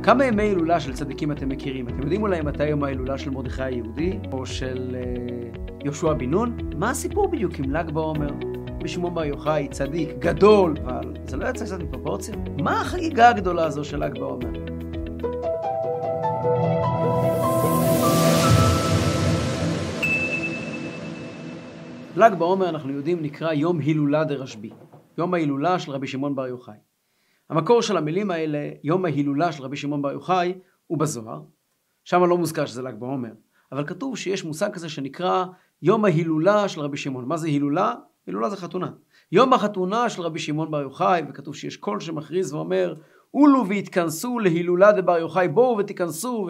כמה ימי הילולה של צדיקים אתם מכירים? אתם יודעים אולי מתי יום ההילולה של מרדכי היהודי או של יהושע בן נון? מה הסיפור בדיוק עם ל"ג בעומר? רבי שמעון בר יוחאי צדיק גדול, אבל זה לא יצא קצת מפרופורציה? מה החגיגה הגדולה הזו של ל"ג בעומר? ל"ג בעומר, אנחנו יודעים, נקרא יום הילולה דרשב"י, יום ההילולה של רבי שמעון בר יוחאי. המקור של המילים האלה, יום ההילולה של רבי שמעון בר יוחאי, הוא בזוהר. שם לא מוזכר שזה ל"ג בעומר, אבל כתוב שיש מושג כזה שנקרא יום ההילולה של רבי שמעון. מה זה הילולה? הילולה זה חתונה. יום החתונה של רבי שמעון בר יוחאי, וכתוב שיש קול שמכריז ואומר, אולו והתכנסו להילולה דבר יוחאי, בואו ותיכנסו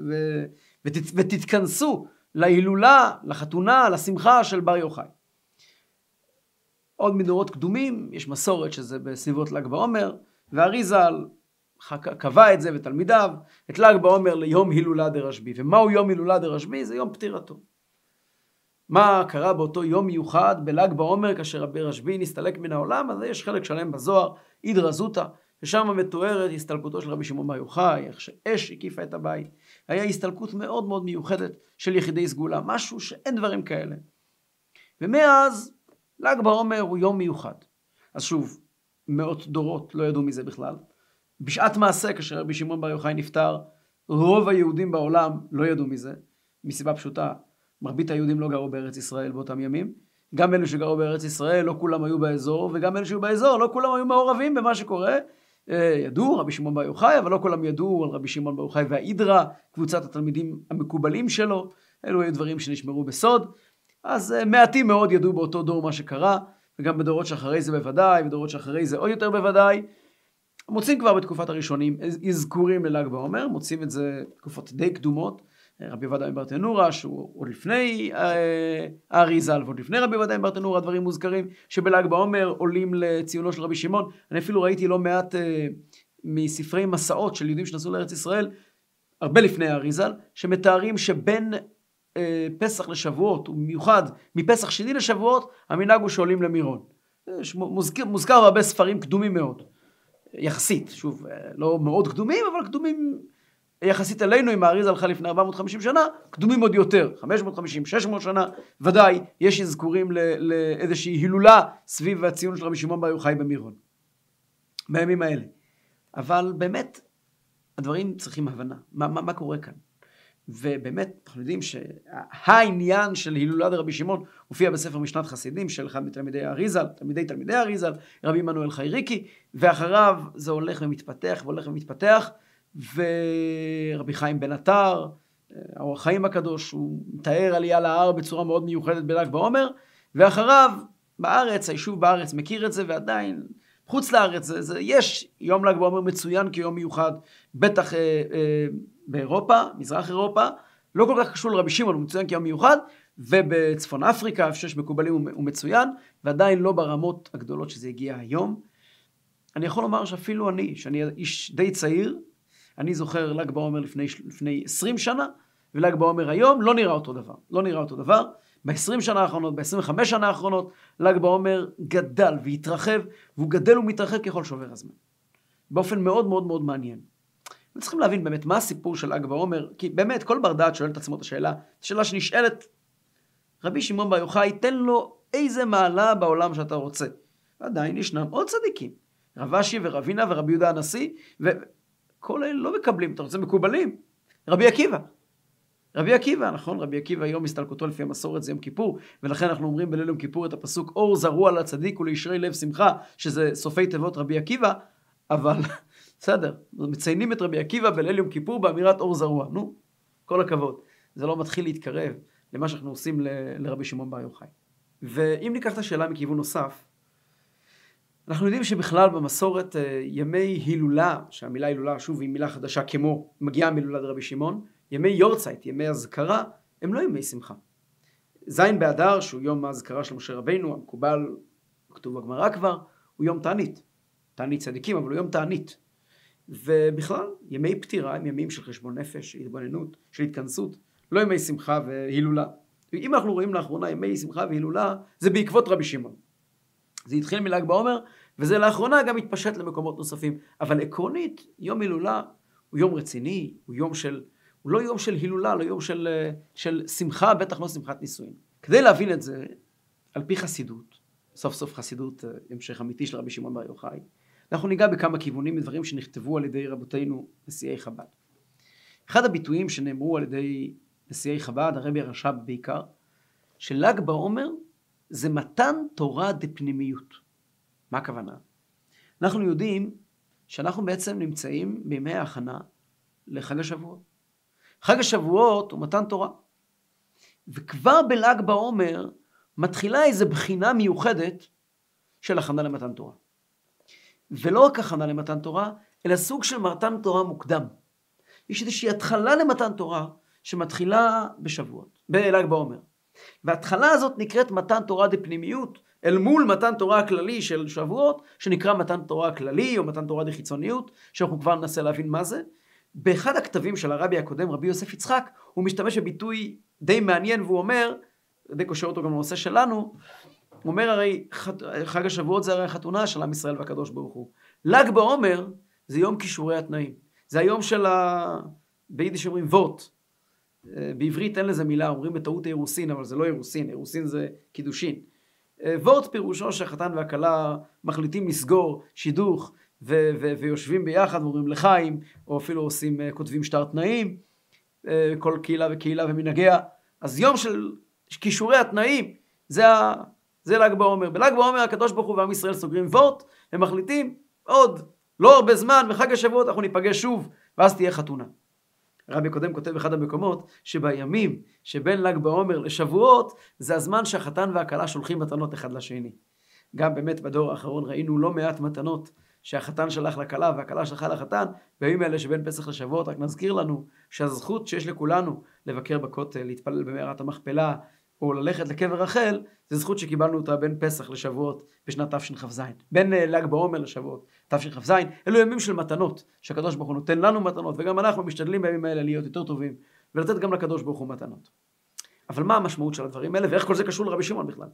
ותתכנסו להילולה, לחתונה, לשמחה של בר יוחאי. עוד מדורות קדומים, יש מסורת שזה בסביבות ל"ג בעומר, והאריז"ל קבע את זה ותלמידיו, את ל"ג בעומר ליום הילולה דרשב"י. ומהו יום הילולה דרשב"י? זה יום פטירתו. מה קרה באותו יום מיוחד בל"ג בעומר כאשר רבי רשב"י נסתלק מן העולם? אז יש חלק שלם בזוהר, אידרא זוטא, ושם מתוארת הסתלקותו של רבי שמעון בר יוחאי, איך שאש הקיפה את הבית. היה הסתלקות מאוד מאוד מיוחדת של יחידי סגולה, משהו שאין דברים כאלה. ומאז ל"ג בעומר הוא יום מיוחד. אז שוב, מאות דורות לא ידעו מזה בכלל. בשעת מעשה, כאשר רבי שמעון בר יוחאי נפטר, רוב היהודים בעולם לא ידעו מזה, מסיבה פשוטה. מרבית היהודים לא גרו בארץ ישראל באותם ימים. גם אלו שגרו בארץ ישראל, לא כולם היו באזור, וגם אלו שהיו באזור, לא כולם היו מעורבים במה שקורה. ידעו רבי שמעון בר יוחאי, אבל לא כולם ידעו על רבי שמעון בר יוחאי והאידרא, קבוצת התלמידים המקובלים שלו. אלו היו דברים שנשמרו בסוד. אז מעטים מאוד ידעו באותו דור מה שקרה, וגם בדורות שאחרי זה בוודאי, בדורות שאחרי זה עוד יותר בוודאי. מוצאים כבר בתקופת הראשונים אזכורים לל"ג בעומר, מוצאים את זה תקופות די קדומות. רבי עובדיה מברטנורא, שהוא עוד לפני האריז"ל, ועוד לפני רבי עובדיה מברטנורא, הדברים מוזכרים שבל"ג בעומר עולים לציונו של רבי שמעון. אני אפילו ראיתי לא מעט מספרי מסעות של יהודים שנסעו לארץ ישראל, הרבה לפני האריז"ל, שמתארים שבין פסח לשבועות, ומיוחד מפסח שני לשבועות, המנהג הוא שעולים למירון. מוזכר בהרבה ספרים קדומים מאוד, יחסית, שוב, לא מאוד קדומים, אבל קדומים יחסית אלינו, אם האריז"ל הלכה לפני 450 שנה, קדומים עוד יותר, 550, 600 שנה, ודאי יש אזכורים לאיזושהי הילולה סביב הציון של רבי שמעון בר יוחאי במירון, בימים האלה. אבל באמת, הדברים צריכים הבנה, מה קורה כאן? ובאמת, אנחנו יודעים שהעניין של הילולה דרבי שמעון הופיע בספר משנת חסידים של אחד מתלמידי האריז"ל, תלמידי האריז"ל, רבי עמנואל חייריקי, ואחריו זה הולך ומתפתח והולך ומתפתח, ורבי חיים בן עטר, האור החיים הקדוש, הוא מתאר עלייה להר בצורה מאוד מיוחדת בל"ג בעומר, ואחריו בארץ, היישוב בארץ מכיר את זה, ועדיין חוץ לארץ, יש יום ל"ג בעומר מצוין כיום מיוחד, בטח באירופה, מזרח אירופה, לא כל כך קשור לרבי שמעון, הוא מצוין כיום מיוחד, ובצפון אפריקה, איפה שיש מקובלים הוא מצוין, ועדיין לא ברמות הגדולות שזה הגיע היום. אני יכול לומר שאפילו אני, שאני איש די צעיר, אני זוכר ל"ג בעומר לפני 20 שנה, ול"ג בעומר היום לא נראה אותו דבר. לא נראה אותו דבר. ב-20 שנה האחרונות, ב-25 שנה האחרונות, ל"ג בעומר גדל והתרחב, והוא גדל ומתרחב ככל שעובר הזמן. באופן מאוד מאוד מאוד מעניין. צריכים להבין באמת מה הסיפור של ל"ג בעומר, כי באמת כל בר דעת שואל את עצמו את השאלה שנשאלת, רבי שמעון בר יוחאי, תן לו איזה מעלה בעולם שאתה רוצה. ועדיין ישנם עוד צדיקים, רב אשי ורבינה ורבי יהודה הנשיא, כל אלה לא מקבלים, אתה רוצה מקובלים? רבי עקיבא, נכון? רבי עקיבא היום הסתלקותו לפי המסורת זה יום כיפור, ולכן אנחנו אומרים בליל יום כיפור את הפסוק אור זרוע לצדיק ולישרי לב שמחה, שזה סופי תיבות רבי עקיבא, אבל בסדר, מציינים את רבי עקיבא בליל יום כיפור באמירת אור זרוע. נו, כל הכבוד. זה לא מתחיל להתקרב למה שאנחנו עושים לרבי שמעון בר יוחאי. ואם ניקח את השאלה מכיוון נוסף, אנחנו יודעים שבכלל במסורת ימי הילולה, שהמילה הילולה שוב היא מילה חדשה כמו מגיעה מהילולה דרבי שמעון, ימי יורצייט, ימי הזכרה, הם לא ימי שמחה. זין באדר, שהוא יום ההזכרה של משה רבינו, המקובל, כתוב בגמרא כבר, הוא יום תענית. תענית צדיקים, אבל הוא יום תענית. ובכלל, ימי פטירה הם ימים של חשבון נפש, של התבוננות, של התכנסות, לא ימי שמחה והילולה. אם אנחנו רואים לאחרונה ימי שמחה והילולה, זה בעקבות רבי שמעון. זה התחיל מל"ג בעומר, וזה לאחרונה גם התפשט למקומות נוספים. אבל עקרונית, יום הילולה הוא יום רציני, הוא לא יום של הילולה, לא יום של שמחה, בטח לא שמחת נישואין. כדי להבין את זה, על פי חסידות, סוף סוף חסידות, המשך אמיתי של רבי שמעון בר יוחאי, אנחנו ניגע בכמה כיוונים מדברים שנכתבו על ידי רבותינו נשיאי חב"ד. אחד הביטויים שנאמרו על ידי נשיאי חב"ד, הרבי הרש"ב בעיקר, של"ג בעומר זה מתן תורה דפנימיות. מה הכוונה? אנחנו יודעים שאנחנו בעצם נמצאים בימי ההכנה לחג השבועות. חג השבועות הוא מתן תורה. וכבר בל"ג בעומר מתחילה איזו בחינה מיוחדת של הכנה למתן תורה. ולא רק הכנה למתן תורה, אלא סוג של מתן תורה מוקדם. יש איזושהי התחלה למתן תורה שמתחילה בל"ג בעומר. וההתחלה הזאת נקראת מתן תורה דפנימיות, אל מול מתן תורה הכללי של שבועות, שנקרא מתן תורה הכללי או מתן תורה דחיצוניות, שאנחנו כבר ננסה להבין מה זה. באחד הכתבים של הרבי הקודם, רבי יוסף יצחק, הוא משתמש בביטוי די מעניין, והוא אומר, די קושר אותו גם לנושא שלנו, הוא אומר הרי חג השבועות זה הרי החתונה של עם ישראל והקדוש ברוך הוא. ל"ג בעומר זה יום כישורי התנאים. זה היום של ביידיש אומרים וורט. בעברית אין לזה מילה, אומרים בטעות אירוסין, אבל זה לא אירוסין, אירוסין זה קידושין. וורט פירושו שהחתן והכלה מחליטים לסגור שידוך ויושבים ביחד ואומרים לחיים, או אפילו כותבים שטר תנאים, כל קהילה וקהילה ומנהגיה. אז יום של כישורי התנאים זה ל"ג בעומר. בל"ג בעומר הקדוש ברוך הוא ועם ישראל סוגרים וורט, הם מחליטים עוד לא הרבה זמן, בחג השבועות אנחנו ניפגש שוב, ואז תהיה חתונה. הרבי קודם כותב באחד המקומות שבימים שבין ל"ג בעומר לשבועות, זה הזמן שהחתן והכלה שולחים מתנות אחד לשני. גם באמת בדור האחרון ראינו לא מעט מתנות שהחתן שלח לכלה והכלה שלחה לחתן, בימים האלה שבין פסח לשבועות. רק נזכיר לנו שהזכות שיש לכולנו לבקר בכותל, להתפלל במערת המכפלה, או ללכת לקבר רחל, זה זכות שקיבלנו אותה בין פסח לשבועות בשנת תשכ"ז. בין ל"ג בעומר לשבועות תשכ"ז, אלו ימים של מתנות, שהקדוש ברוך הוא נותן לנו מתנות, וגם אנחנו משתדלים בימים האלה להיות יותר טובים, ולתת גם לקדוש ברוך הוא מתנות. אבל מה המשמעות של הדברים האלה, ואיך כל זה קשור לרבי שמעון בכלל?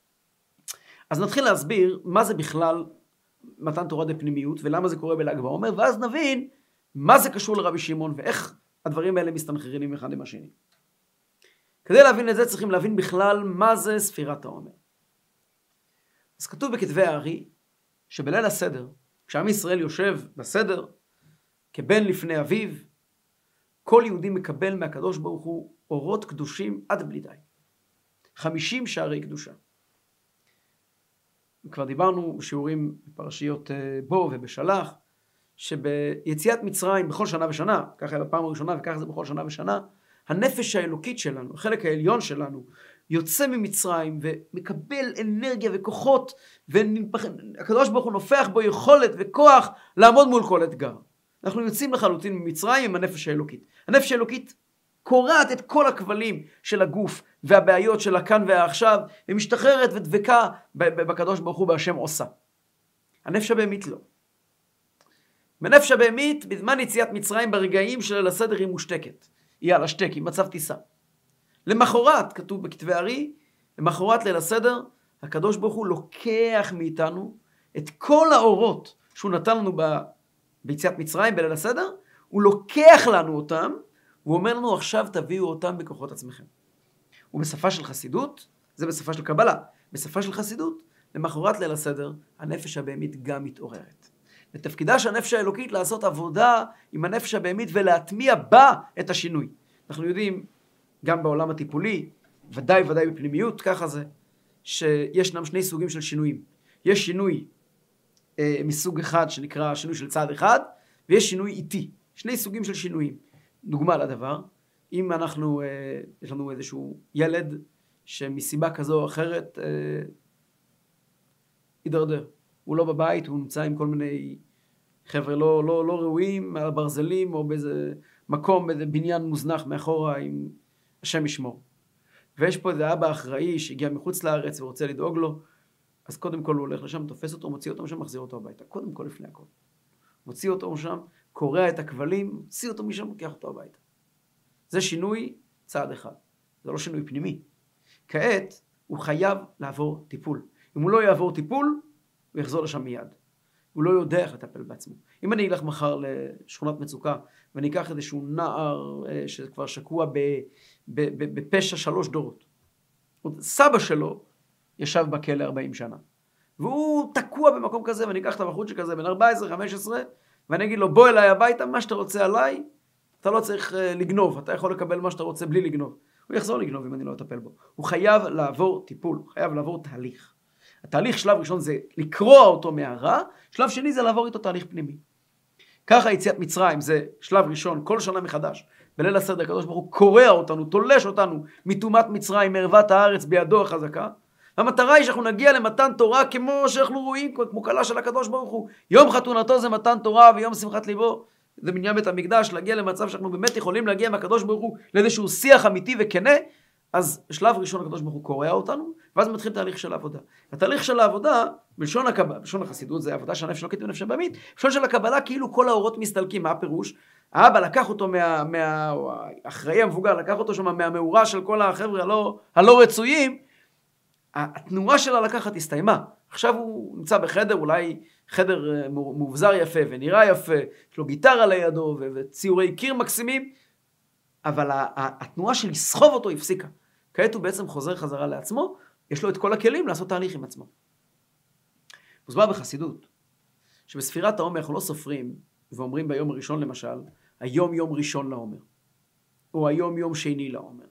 אז נתחיל להסביר מה זה בכלל מתן תורה דפנימיות, ולמה זה קורה בל"ג בעומר, ואז נבין מה זה קשור לרבי שמעון, ואיך הדברים האלה מסתנכרנים אחד עם השני. כדי להבין את זה צריכים להבין בכלל מה זה ספירת העומר. אז כתוב בכתבי הארי שבליל הסדר, כשעם ישראל יושב בסדר כבן לפני אביו, כל יהודי מקבל מהקדוש ברוך הוא אורות קדושים עד בלי די. 50 שערי קדושה. כבר דיברנו בשיעורים בפרשיות בו ובשלח, שביציאת מצרים בכל שנה ושנה, ככה היה בפעם הראשונה וככה זה בכל שנה ושנה, הנפש האלוקית שלנו, החלק העליון שלנו, יוצא ממצרים ומקבל אנרגיה וכוחות, והקדוש ברוך הוא נופח בו יכולת וכוח לעמוד מול כל אתגר. אנחנו יוצאים לחלוטין ממצרים עם הנפש האלוקית. הנפש האלוקית קורעת את כל הכבלים של הגוף והבעיות של הכאן והעכשיו, ומשתחררת ודבקה בקדוש ברוך הוא בהשם עושה. הנפש הבהמית לא. בנפש הבהמית, בזמן יציאת מצרים ברגעים של ליל הסדר היא מושתקת. היא על השתק, היא מצב טיסה. למחרת, כתוב בכתבי הארי, למחרת ליל הסדר, הקדוש ברוך הוא לוקח מאיתנו את כל האורות שהוא נתן לנו ביציאת מצרים בליל הסדר, הוא לוקח לנו אותם, הוא אומר לנו עכשיו תביאו אותם בכוחות עצמכם. ובשפה של חסידות, זה בשפה של קבלה, בשפה של חסידות, למחרת ליל הסדר, הנפש הבהמית גם מתעוררת. ותפקידה של הנפש האלוקית לעשות עבודה עם הנפש הבהמית ולהטמיע בה את השינוי. אנחנו יודעים, גם בעולם הטיפולי, ודאי בפנימיות, ככה זה, שישנם שני סוגים של שינויים. יש שינוי מסוג אחד שנקרא שינוי של צעד אחד, ויש שינוי איטי. שני סוגים של שינויים. דוגמה לדבר, אם יש לנו איזשהו ילד שמסיבה כזו או אחרת יידרדר. הוא לא בבית, הוא נמצא עם כל מיני חבר'ה לא ראויים, על הברזלים או באיזה מקום, באיזה בניין מוזנח מאחורה עם השם ישמור. ויש פה איזה אבא אחראי שהגיע מחוץ לארץ ורוצה לדאוג לו, אז קודם כל הוא הולך לשם, תופס אותו, מוציא אותו משם, מחזיר אותו הביתה. קודם כל לפני הכל. מוציא אותו משם, קורע את הכבלים, מוציא אותו משם, לוקח אותו הביתה. זה שינוי צעד אחד. זה לא שינוי פנימי. כעת הוא חייב לעבור טיפול. אם הוא לא יעבור טיפול, הוא יחזור לשם מיד. הוא לא יודע איך לטפל בעצמו. אם אני אלך מחר לשכונת מצוקה, ואני אקח איזשהו נער שכבר שקוע בפשע 3 דורות. סבא שלו ישב בכלא 40 שנה. והוא תקוע במקום כזה, ואני אקח את הבחור שכזה, בין 14-15, ואני אגיד לו, בוא אליי הביתה, מה שאתה רוצה עליי, אתה לא צריך לגנוב, אתה יכול לקבל מה שאתה רוצה בלי לגנוב. הוא יחזור לגנוב אם אני לא אטפל בו. הוא חייב לעבור טיפול, הוא חייב לעבור תהליך. התהליך שלב ראשון זה לקרוע אותו מהרע, שלב שני זה לעבור איתו תהליך פנימי. ככה יציאת מצרים זה שלב ראשון, כל שנה מחדש. בליל הסדר הקדוש ברוך הוא קורע אותנו, תולש אותנו מטומאת מצרים, מערוות הארץ בידו החזקה. המטרה היא שאנחנו נגיע למתן תורה כמו שאנחנו רואים, כמו קלה של הקדוש ברוך הוא. יום חתונתו זה מתן תורה ויום שמחת ליבו זה בניין בית המקדש, להגיע למצב שאנחנו באמת יכולים להגיע מהקדוש ברוך הוא לאיזשהו שיח אמיתי וכנה. אז בשלב ראשון הקדוש ברוך הוא קורא אותנו, ואז מתחיל תהליך של העבודה. התהליך של העבודה, בלשון הקבלה, בלשון החסידות זה העבודה שהנפש אלוקית ונפש הבהמית, בלשון של הקבלה כאילו כל האורות מסתלקים. מה הפירוש? האבא לקח אותו האחראי המבוגר, לקח אותו שם מהמאורה של כל החבר'ה הלא רצויים, התנועה שלה לקחת הסתיימה. עכשיו הוא נמצא בחדר, אולי חדר מובזר יפה ונראה יפה, יש לו גיטרה לידו וציורי קיר מקסימים, אבל התנועה של לסחוב אותו הפסיקה. כעת הוא בעצם חוזר חזרה לעצמו, יש לו את כל הכלים לעשות תהליך עם עצמו. מוסבר בחסידות, שבספירת העומר אנחנו לא סופרים, ואומרים ביום הראשון למשל, היום יום ראשון לעומר, או היום יום שני לעומר,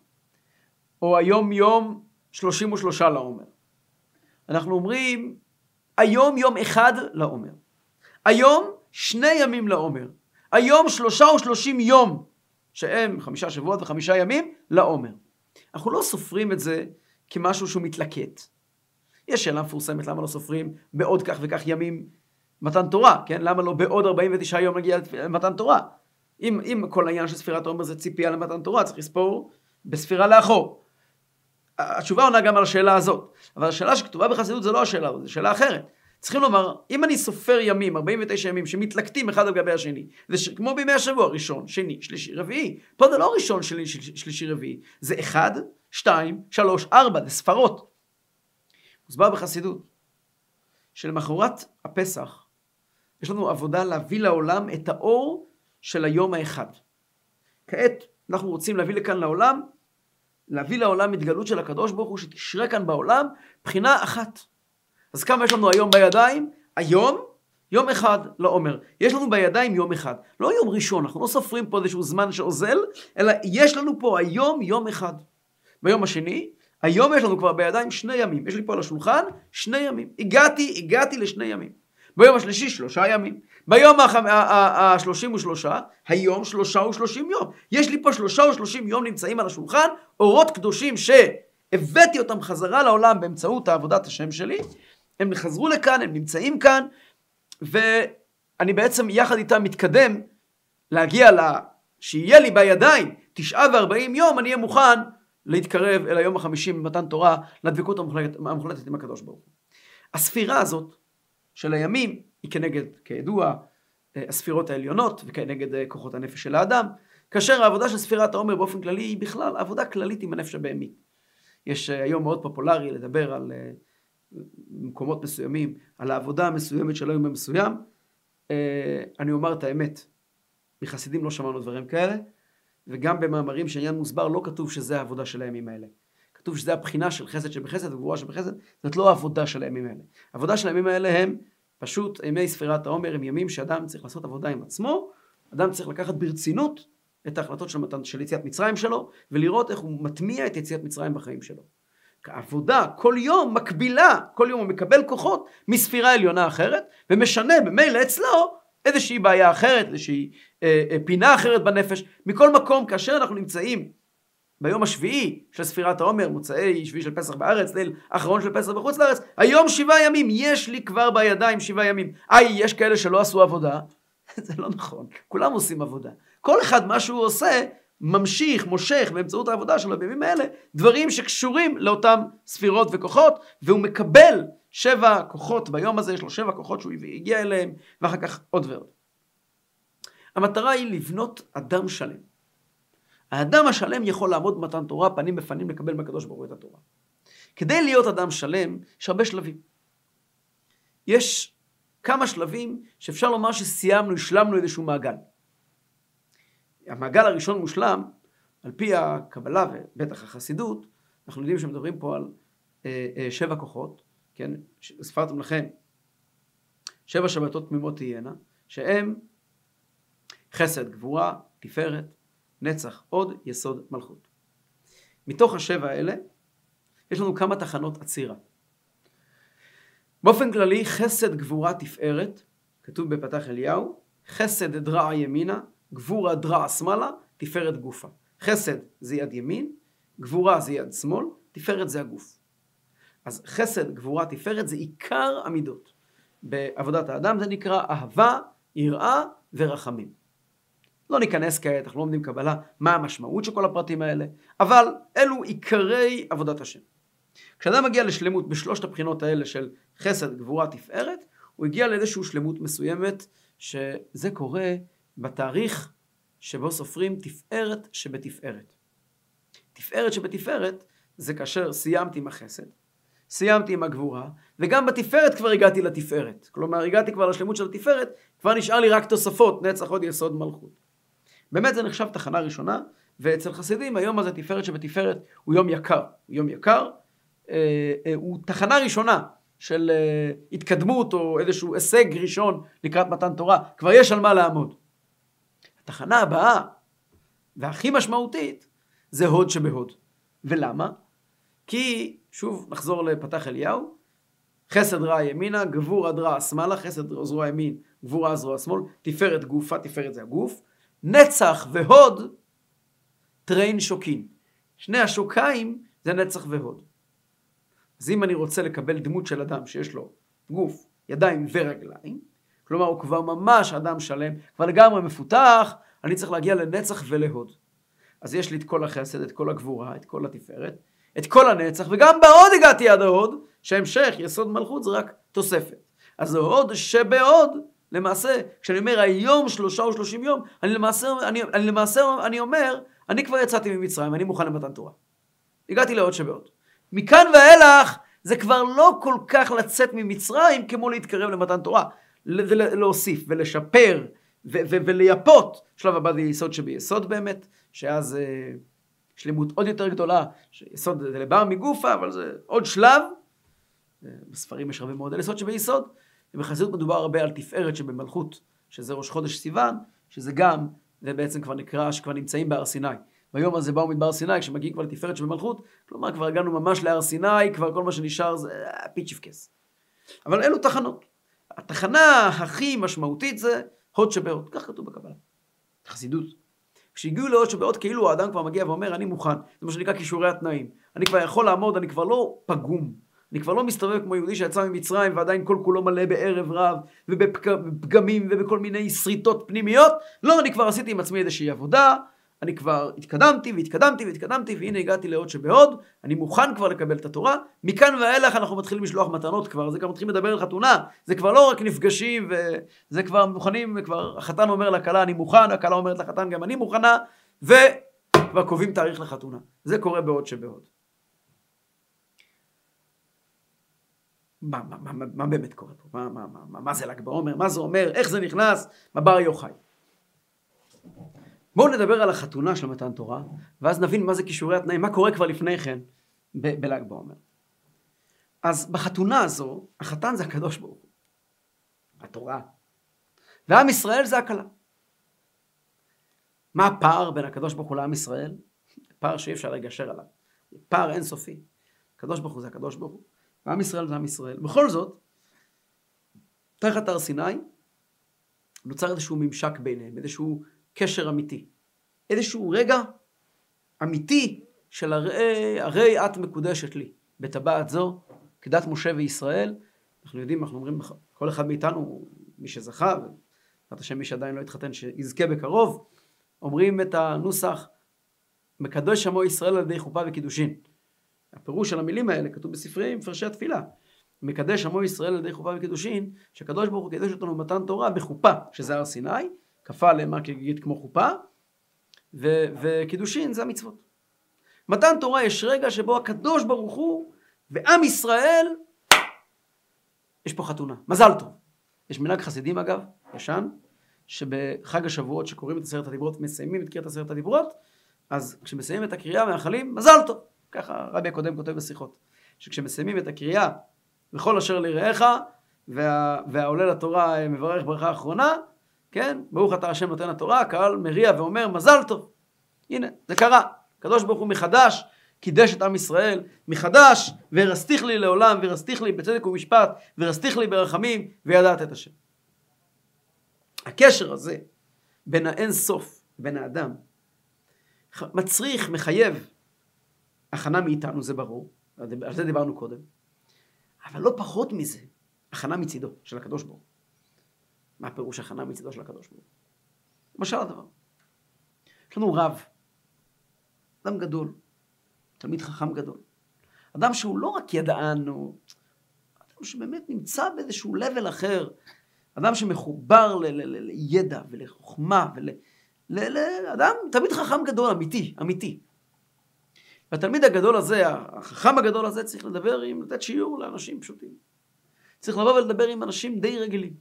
או היום יום 33 לעומר. אנחנו אומרים, היום יום אחד לעומר, היום 2 ימים לעומר, היום 33 יום, שהם 5 שבועות ו5 ימים לעומר. אנחנו לא סופרים את זה כמשהו שהוא מתלקט. יש שאלה מפורסמת, למה לא סופרים בעוד כך וכך ימים מתן תורה, כן? למה לא בעוד 49 יום נגיע למתן תורה? אם כל העניין של ספירת העומר זה ציפייה למתן תורה, צריך לספור בספירה לאחור. התשובה עונה גם על השאלה הזאת, אבל השאלה שכתובה בחסידות זה לא השאלה הזאת, זו שאלה אחרת. צריכים לומר, אם אני סופר ימים, 49 ימים, שמתלקטים אחד על גבי השני, זה כמו בימי השבוע, ראשון, שני, שלישי, רביעי. פה זה לא ראשון, שני, שלישי, רביעי. זה 1, 2, 3, 4, זה ספרות. מוסבר בחסידות, שלמחרת הפסח, יש לנו עבודה להביא לעולם את האור של היום האחד. כעת אנחנו רוצים להביא לכאן לעולם, להביא לעולם התגלות של הקדוש ברוך הוא, שתשרה כאן בעולם, בחינה אחת. אז כמה יש לנו היום בידיים? היום, יום אחד לעומר. יש לנו בידיים יום אחד. לא יום ראשון, אנחנו לא סופרים פה איזשהו זמן שעוזל, אלא יש לנו פה היום יום אחד. ביום השני, היום יש לנו כבר בידיים 2 ימים. יש לי פה על השולחן 2 ימים. הגעתי ל2 ימים. ביום השלישי 3 ימים. ביום ה-33, היום 33 יום. יש לי פה 33 יום נמצאים על השולחן, אורות קדושים שהבאתי אותם חזרה לעולם באמצעות העבודת השם שלי. הם חזרו לכאן, הם נמצאים כאן, ואני בעצם יחד איתם מתקדם להגיע שיהיה לי בידיים 49 יום, אני אהיה מוכן להתקרב אל היום ה-50 במתן תורה, לדבקות המוחלטת עם הקדוש ברוך הוא. הספירה הזאת של הימים היא כנגד, כידוע, הספירות העליונות וכנגד כוחות הנפש של האדם, כאשר העבודה של ספירת העומר באופן כללי היא בכלל עבודה כללית עם הנפש הבהמית. יש היום מאוד פופולרי לדבר על מקומות מסוימים, על העבודה המסוימת של היום המסוים. אני אומר את האמת, מחסידים לא שמענו דברים כאלה, וגם במאמרים שעניין מוסבר לא כתוב שזה העבודה של הימים האלה. כתוב שזה הבחינה של חסד שבחסד וגבורה שבחסד, זאת לא העבודה של הימים האלה. העבודה של הימים האלה הם פשוט ימי ספירת העומר, הם ימים שאדם צריך לעשות עבודה עם עצמו, אדם צריך לקחת ברצינות את ההחלטות של יציאת מצרים שלו, ולראות איך הוא מטמיע את יציאת מצרים בחיים שלו. העבודה כל יום מקבילה, כל יום הוא מקבל כוחות מספירה עליונה אחרת, ומשנה במילא אצלו איזושהי בעיה אחרת, איזושהי פינה אחרת בנפש. מכל מקום, כאשר אנחנו נמצאים ביום השביעי של ספירת העומר, מוצאי שביעי של פסח בארץ, ליל אחרון של פסח בחוץ לארץ, היום 7 ימים, יש לי כבר בידיים 7 ימים. יש כאלה שלא עשו עבודה? זה לא נכון, כולם עושים עבודה. כל אחד מה שהוא עושה, ממשיך, מושך באמצעות העבודה שלו בימים האלה, דברים שקשורים לאותם ספירות וכוחות, והוא מקבל 7 כוחות ביום הזה, יש לו 7 כוחות שהוא הגיע אליהם, ואחר כך עוד ועוד. המטרה היא לבנות אדם שלם. האדם השלם יכול לעמוד במתן תורה, פנים בפנים לקבל מהקדוש ברוך הוא את התורה. כדי להיות אדם שלם, יש הרבה שלבים. יש כמה שלבים שאפשר לומר שסיימנו, השלמנו איזשהו מעגל. המעגל הראשון מושלם, על פי הקבלה ובטח החסידות, אנחנו יודעים שמדברים פה על 7 כוחות, כן? ספרתם לכם 7 שבתות תמימות תהיינה, שהם חסד, גבורה, תפארת, נצח, עוד, יסוד, מלכות. מתוך 7 האלה, יש לנו כמה תחנות עצירה. באופן כללי, חסד, גבורה, תפארת, כתוב בפתח אליהו, חסד דרעה ימינה, גבורה דרעה שמאלה, תפארת גופה. חסד זה יד ימין, גבורה זה יד שמאל, תפארת זה הגוף. אז חסד, גבורה, תפארת זה עיקר המידות. בעבודת האדם זה נקרא אהבה, יראה ורחמים. לא ניכנס כעת, אנחנו לא עומדים קבלה מה המשמעות של כל הפרטים האלה, אבל אלו עיקרי עבודת השם. כשאדם מגיע לשלמות בשלושת הבחינות האלה של חסד, גבורה, תפארת, הוא הגיע לאיזושהי שלמות מסוימת, שזה קורה בתאריך שבו סופרים תפארת שבתפארת. תפארת שבתפארת זה כאשר סיימתי עם החסד, סיימתי עם הגבורה, וגם בתפארת כבר הגעתי לתפארת. כלומר, הגעתי כבר לשלמות של התפארת, כבר נשאר לי רק תוספות, נצח, עוד, יסוד, מלכות. באמת זה נחשב תחנה ראשונה, ואצל חסידים היום הזה תפארת שבתפארת הוא יום יקר. הוא יום יקר, הוא תחנה ראשונה של התקדמות או איזשהו הישג ראשון לקראת מתן תורה. כבר יש על מה לעמוד. התחנה הבאה והכי משמעותית זה הוד שבהוד. ולמה? כי, שוב נחזור לפתח אליהו, חסד רע ימינה, גבורה דרעה שמאלה, חסד זרוע ימין, גבורה זרוע שמאל, תפארת גופה, תפארת זה הגוף, נצח והוד, טרין שוקין. שני השוקיים זה נצח והוד. אז אם אני רוצה לקבל דמות של אדם שיש לו גוף, ידיים ורגליים, כלומר הוא כבר ממש אדם שלם, כבר לגמרי מפותח, אני צריך להגיע לנצח ולהוד. אז יש לי את כל החסד, את כל הגבורה, את כל התפארת, את כל הנצח, וגם בהוד הגעתי עד ההוד, שהמשך יסוד מלכות זה רק תוספת. אז ההוד שבהוד, למעשה, כשאני אומר היום 3 או 30 יום, אני אומר, אני כבר יצאתי ממצרים, אני מוכן למתן תורה. הגעתי להוד שבהוד. מכאן ואילך, זה כבר לא כל כך לצאת ממצרים, כמו להתקרב למתן תורה. להוסיף ולשפר ולייפות. שלב הבא זה יסוד שביסוד באמת, שאז שלמות עוד יותר גדולה, שיסוד זה לבר מגופה, אבל זה עוד שלב. בספרים יש הרבה מאוד על יסוד שביסוד, ובחסידות מדובר הרבה על תפארת שבמלכות, שזה ראש חודש סיוון, שזה גם, זה בעצם כבר נקרא שכבר נמצאים בהר סיני. ביום הזה באו מדבר סיני, כשמגיעים כבר לתפארת שבמלכות, כלומר כבר הגענו ממש להר סיני, כבר כל מה שנשאר זה פיצ'יפקס. אבל אלו תחנות. התחנה הכי משמעותית זה הוד שבהוד, כך כתוב בקבלה. חסידות. כשהגיעו להוד שבהוד, כאילו האדם כבר מגיע ואומר, אני מוכן. זה מה שנקרא כישורי התנאים. אני כבר יכול לעמוד, אני כבר לא פגום. אני כבר לא מסתובב כמו יהודי שיצא ממצרים, ועדיין כל כולו מלא בערב רב, ובפגמים, ובכל מיני שריטות פנימיות. לא, אני כבר עשיתי עם עצמי איזושהי עבודה, אני כבר התקדמתי, והנה הגעתי להוד שבהוד, אני מוכן כבר לקבל את התורה. מכאן ואילך אנחנו מתחילים לשלוח מתנות כבר, זה כבר מתחילים לדבר על חתונה, זה כבר לא רק נפגשים, וזה כבר מוכנים, כבר החתן אומר לכלה אני מוכן, הכלה אומרת לחתן גם אני מוכנה, וכבר קובעים תאריך לחתונה. זה קורה בהוד שבהוד. מה באמת קורה פה? מה זה ל"ג בעומר? מה זה אומר? איך זה נכנס? בבר יוחאי. בואו נדבר על החתונה של מתן תורה, ואז נבין מה זה כישורי התנאים, מה קורה כבר לפני כן בל"ג בעומר. אז בחתונה הזו, החתן זה הקדוש ברוך הוא, התורה, ועם ישראל זה הכלה. מה הפער בין הקדוש ברוך הוא לעם ישראל? פער שאי אפשר לגשר עליו, פער אינסופי. הקדוש ברוך הוא זה הקדוש ברוך הוא, ועם ישראל זה עם ישראל. בכל זאת, תחת הר סיני, נוצר איזשהו ממשק ביניהם, איזשהו קשר אמיתי. איזשהו רגע אמיתי של הרי את מקודשת לי. בטבעת זו, כדת משה וישראל, אנחנו יודעים, אנחנו אומרים, כל אחד מאיתנו, מי שזכה, ובעזרת השם מי שעדיין לא התחתן, שיזכה בקרוב, אומרים את הנוסח, מקדש עמו ישראל על ידי חופה וקידושין. הפירוש של המילים האלה כתוב בספרי מפרשי התפילה. מקדש עמו ישראל על ידי חופה וקידושין, שהקדוש ברוך הוא קידש אותנו במתן תורה בחופה, שזה הר סיני, כפה עליהם כגיגית כמו חופה, וקידושין זה המצוות. מתן תורה יש רגע שבו הקדוש ברוך הוא ועם ישראל, יש פה חתונה, מזל טוב. יש מנהג חסידים אגב, ישן, שבחג השבועות שקוראים את 10 הדיברות, מסיימים את קריאת 10 הדיברות, אז כשמסיימים את הקריאה מאחלים, מזל טוב. ככה רבי הקודם כותב בשיחות. שכשמסיימים את הקריאה, וכל אשר לרעך, והעולה לתורה מברך ברכה האחרונה, כן? ברוך אתה השם נותן התורה, הקהל מריע ואומר מזל טוב. הנה, זה קרה. הקדוש ברוך הוא מחדש, קידש את עם ישראל, מחדש, ורסתיך לי לעולם, ורסתיך לי בצדק ומשפט, ורסתיך לי ברחמים, וידעת את השם. הקשר הזה, בין האין סוף, בין האדם, מצריך, מחייב, הכנה מאיתנו, זה ברור, על זה דיברנו קודם, אבל לא פחות מזה, הכנה מצידו של הקדוש ברוך הוא. מה הפירוש הכנה מצידו של הקדוש ברוך הוא? למשל הדבר. יש לנו רב, אדם גדול, תלמיד חכם גדול. אדם שהוא לא רק ידען, הוא אדם שבאמת נמצא באיזשהו level אחר. אדם שמחובר לידע ולחוכמה, אדם תלמיד חכם גדול, אמיתי. והתלמיד הגדול הזה, החכם הגדול הזה, צריך לדבר לתת שיעור לאנשים פשוטים. צריך לבוא ולדבר עם אנשים די רגילים.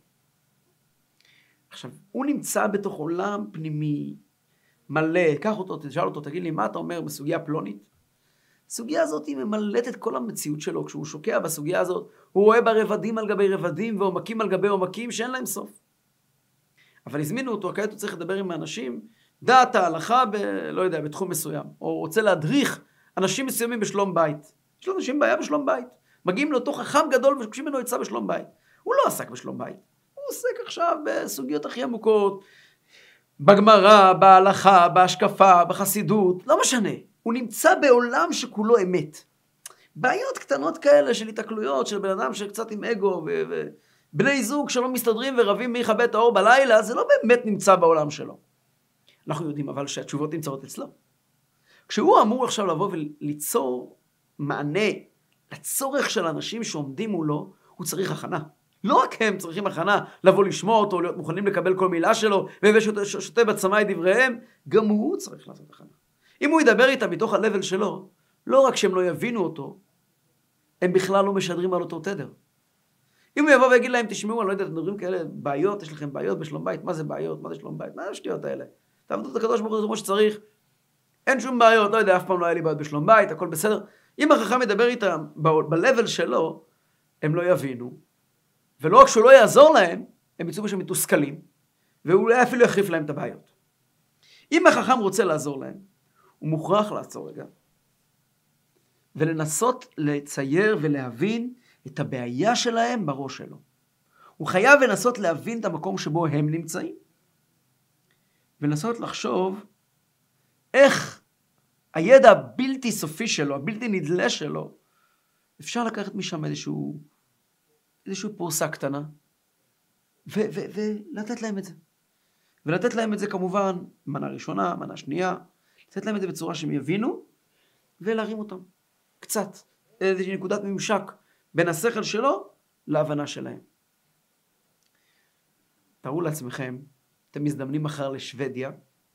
עכשיו, הוא נמצא בתוך עולם פנימי, מלא, קח אותו, תשאל אותו, תגיד לי, מה אתה אומר בסוגיה פלונית? הסוגיה הזאת היא ממלאת את כל המציאות שלו. כשהוא שוקע בסוגיה הזאת, הוא רואה בה רבדים על גבי רבדים, ועומקים על גבי עומקים שאין להם סוף. אבל הזמינו אותו, כעת הוא צריך לדבר עם האנשים, דעת ההלכה לא יודע, בתחום מסוים, או רוצה להדריך אנשים מסוימים בשלום בית. יש לאנשים בעיה בשלום בית. מגיעים לאותו חכם גדול ושוקשים ממנו עצה בשלום בית. הוא לא עסק בשלום בית. הוא עוסק עכשיו בסוגיות הכי עמוקות, בגמרא, בהלכה, בהשקפה, בחסידות, לא משנה. הוא נמצא בעולם שכולו אמת. בעיות קטנות כאלה של התקלויות, של בן אדם שקצת עם אגו, ובני זוג שלא מסתדרים ורבים מי יכבה את האור בלילה, זה לא באמת נמצא בעולם שלו. אנחנו יודעים אבל שהתשובות נמצאות אצלו. כשהוא אמור עכשיו לבוא וליצור מענה לצורך של אנשים שעומדים מולו, הוא צריך הכנה. לא רק הם צריכים הכנה לבוא לשמוע אותו, להיות מוכנים לקבל כל מילה שלו, ושותה בצמאי דבריהם, גם הוא צריך לעשות הכנה. אם הוא ידבר איתם מתוך הלבל שלו, לא רק שהם לא יבינו אותו, הם בכלל לא משדרים על אותו תדר. אם הוא יבוא ויגיד להם, תשמעו, אני לא יודע, אתם מדברים כאלה, בעיות, יש לכם בעיות בשלום בית, מה זה בעיות, מה זה שלום בית, מה זה השטויות האלה? תעבדו את הקדוש ברוך הוא כמו שצריך, אין שום בעיות, לא יודע, אף פעם לא היה לי בעיות בשלום בית, הכל בסדר. אם החכם ידבר איתם בלבל שלו, הם לא יבינו, ולא רק שהוא לא יעזור להם, הם יצאו בשם מתוסכלים, ואולי אפילו יחריף להם את הבעיות. אם החכם רוצה לעזור להם, הוא מוכרח לעצור רגע, ולנסות לצייר ולהבין את הבעיה שלהם בראש שלו. הוא חייב לנסות להבין את המקום שבו הם נמצאים, ולנסות לחשוב איך הידע הבלתי סופי שלו, הבלתי נדלה שלו, אפשר לקחת משם איזשהו פורסה קטנה, ולתת להם את זה. ולתת להם את זה כמובן, מנה ראשונה, מנה שנייה, לתת להם את זה בצורה שהם יבינו, ולהרים אותם. קצת, איזושהי נקודת ממשק בין השכל שלו להבנה שלהם. תראו לעצמכם, אתם מזדמנים מחר לשוודיה,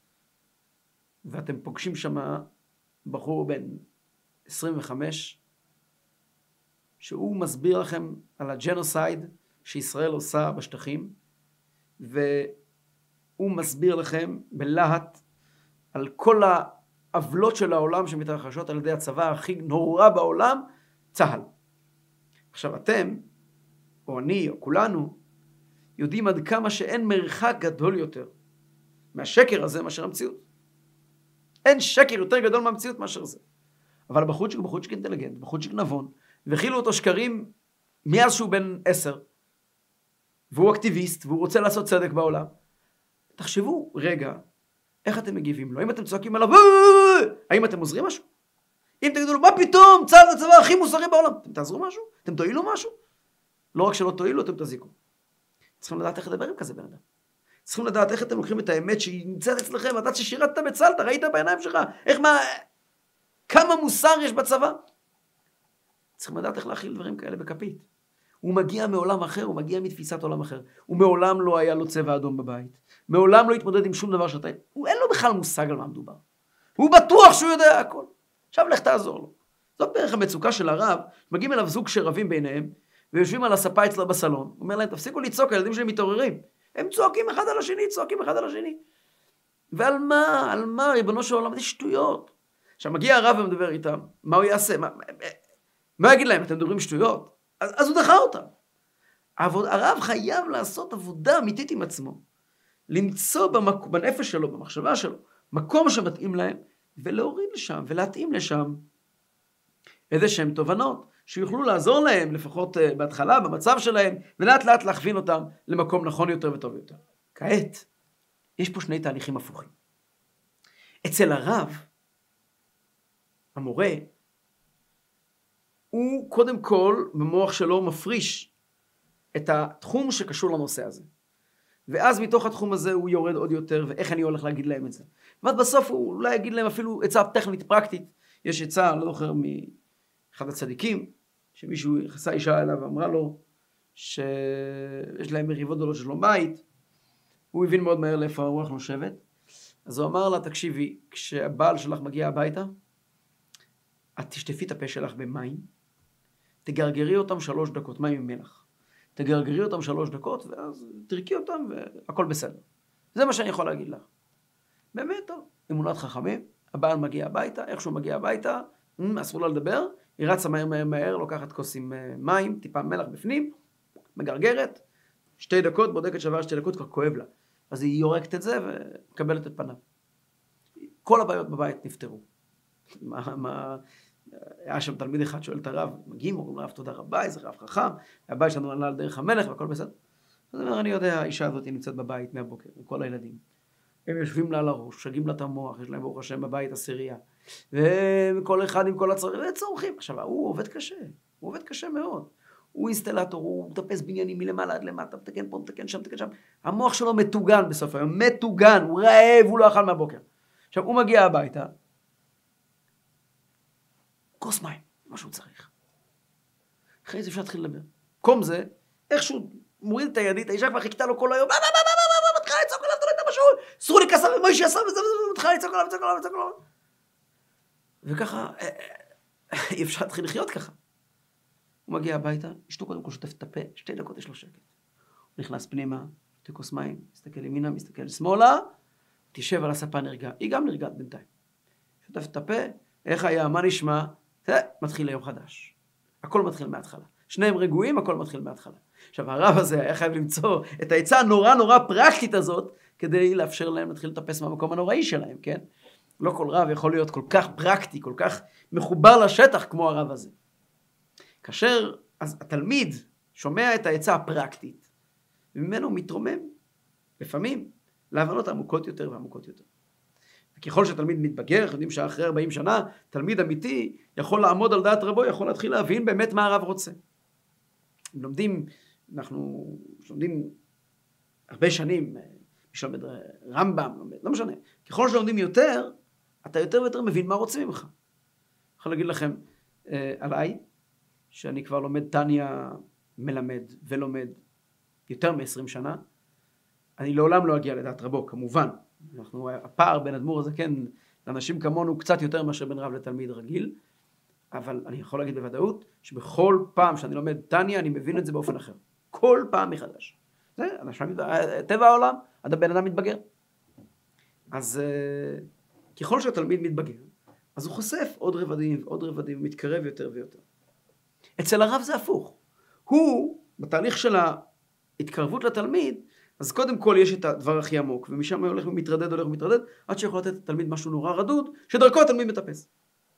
ואתם פוגשים שם בחור בן 25, שהוא מסביר לכם על הג'נוסייד שישראל עושה בשטחים, והוא מסביר לכם בלהט על כל העוולות של העולם שמתרחשות על ידי הצבא הכי נורא בעולם, צה"ל. עכשיו אתם, או אני, או כולנו, יודעים עד כמה שאין מרחק גדול יותר מהשקר הזה מאשר המציאות. אין שקר יותר גדול מהמציאות מאשר זה. אבל הבחורצ'יק הוא בחורצ'יק אינטליגנט, בחורצ'יק נבון, והכילו אותו שקרים מאז שהוא בן 10, והוא אקטיביסט, והוא רוצה לעשות צדק בעולם. תחשבו רגע, איך אתם מגיבים לו? האם אתם צועקים עליו, האם אתם עוזרים משהו? אם תגידו לו, מה פתאום, צה"ל הצבא הכי מוסרי בעולם, אתם תעזרו משהו? אתם תועילו משהו? לא רק שלא תועילו, אתם תזיקו. צריכים לדעת איך לדבר עם כזה בן אדם. צריכים לדעת איך אתם לוקחים את האמת שהיא נמצאת אצלכם, לדעת ששירתת בצה"ל, אתה ראית בעיניים שלך, כמה מוסר יש בצבא? צריכים לדעת איך להכיל דברים כאלה בכפית. הוא מגיע מעולם אחר, הוא מגיע מתפיסת עולם אחר. הוא מעולם לא היה לו צבע אדום בבית. מעולם לא התמודד עם שום דבר שאתה... אין לו בכלל מושג על מה מדובר. הוא בטוח שהוא יודע הכל. עכשיו לך תעזור לו. זאת בערך המצוקה של הרב, מגיעים אליו זוג שרבים ביניהם, ויושבים על הספה אצלו בסלון, הוא אומר להם, תפסיקו לצעוק, הילדים שלי מתעוררים. הם צועקים אחד על השני, צועקים אחד על השני. ועל מה? על מה? ריבונו של עולם, זה שטויות. עכשיו מגיע הרב ומדבר איתם, מה הוא יעשה? מה יגיד להם? אתם מדברים שטויות? אז הוא דחה אותם. הרב חייב לעשות עבודה אמיתית עם עצמו. למצוא בנפש שלו, במחשבה שלו, מקום שמתאים להם, ולהוריד לשם, ולהתאים לשם איזה שהם תובנות, שיוכלו לעזור להם, לפחות בהתחלה, במצב שלהם, ולאט לאט להכווין אותם למקום נכון יותר וטוב יותר. כעת, יש פה שני תהליכים הפוכים. אצל הרב, המורה, הוא קודם כל, במוח שלו, מפריש את התחום שקשור לנושא הזה. ואז מתוך התחום הזה הוא יורד עוד יותר, ואיך אני הולך להגיד להם את זה. ועד בסוף הוא אולי יגיד להם אפילו עצה טכנית פרקטית. יש עצה, לא זוכר, מאחד הצדיקים, שמישהו יחסה אישה אליו ואמרה לו, שיש להם מריבות גדולות שלום בית, הוא הבין מאוד מהר לאיפה הרוח נושבת, אז הוא אמר לה, תקשיבי, כשהבעל שלך מגיע הביתה, את תשטפי את הפה שלך במים, תגרגרי אותם 3 דקות, מים עם מלח. תגרגרי אותם 3 דקות, ואז תרקי אותם, והכל בסדר. זה מה שאני יכול להגיד לך. באמת טוב, אמונת חכמים, הבעל מגיע הביתה, איך שהוא מגיע הביתה, אסור לה לדבר, היא רצה מהר, לוקחת כוס עם מים, טיפה מלח בפנים, מגרגרת, 2 דקות, בודקת שעבר 2 דקות, כבר כואב לה. אז היא יורקת את זה ומקבלת את פניו. כל הבעיות בבית נפתרו. היה שם תלמיד אחד שואל את הרב, מגיעים, אומרים לרב תודה רבה, איזה רב חכם, הבית שלנו עלה על דרך המלך והכל בסדר. אז הוא אומר, אני יודע, האישה הזאת נמצאת בבית מהבוקר, עם כל הילדים. הם יושבים לה על הראש, שגים לה את המוח, יש להם ברוך השם בבית 10, וכל אחד עם כל הצרכים, וצורכים. עכשיו, הוא עובד קשה, הוא עובד קשה מאוד. הוא אינסטלטור, הוא מטפס בניינים מלמעלה עד למטה, מתקן פה, מתקן שם, מתקן שם. המוח שלו מתוגן בסוף היום, מתוגן, הוא רעב, הוא לא אכל מהבוקר. עכשיו, הוא מגיע הביתה, כוס מים, מה שהוא צריך. אחרי זה אפשר להתחיל לדבר. קום זה, איכשהו מוריד את הידית, האישה כבר חיכתה לו כל היום, מתחילה לצעוק עליו, אתה לא יודע מה שהוא, סרו לי כסף ומוישי עשה וזה, מתחילה לצעוק עליו. וככה, אי אפשר להתחיל לחיות ככה. הוא מגיע הביתה, אשתו קודם כל שוטף את הפה, 2 דקות יש לו שקט. הוא נכנס פנימה, שותה כוס מים, מסתכל ימינה, מסתכל שמאלה, תשב על הספה נרגע, היא גם נרגעת בינתיים. שוטף את הפה, איך היה, מה נשמע? מתחיל היום חדש. הכל מתחיל מההתחלה. שניהם רגועים, הכל מתחיל מההתחלה. עכשיו, הרב הזה היה חייב למצוא את העצה הנורא פרקטית הזאת, כדי לאפשר להם להתחיל לטפס מהמקום הנוראי שלהם, כן? לא כל רב יכול להיות כל כך פרקטי, כל כך מחובר לשטח כמו הרב הזה. כאשר אז התלמיד שומע את העצה הפרקטית, וממנו מתרומם, לפעמים, להבנות עמוקות יותר ועמוקות יותר. וככל שתלמיד מתבגר, יודעים שאחרי 40 שנה, תלמיד אמיתי יכול לעמוד על דעת רבו, יכול להתחיל להבין באמת מה הרב רוצה. אנחנו לומדים הרבה שנים, מישהו לומד רמב"ם, לא משנה. ככל שלומדים יותר, אתה יותר ויותר מבין מה רוצים ממך. אני יכול להגיד לכם עליי, שאני כבר לומד תניה, מלמד ולומד יותר מ-20 שנה, אני לעולם לא אגיע לדעת רבו, כמובן. הפער בין אדמו"ר הזקן לאנשים כמונו קצת יותר מאשר בין רב לתלמיד רגיל, אבל אני יכול להגיד בוודאות שבכל פעם שאני לומד תניה, אני מבין את זה באופן אחר. כל פעם מחדש. זה טבע העולם, עד הבן אדם מתבגר. אז ככל שהתלמיד מתבגר, אז הוא חושף עוד רבדים ועוד רבדים, מתקרב יותר ויותר. אצל הרב זה הפוך. הוא, בתהליך של ההתקרבות לתלמיד, אז קודם כל יש את הדבר הכי עמוק, ומשם הוא הולך ומתרדד, עד שיכול לתת לתלמיד משהו נורא רדוד, שדרכו התלמיד מטפס.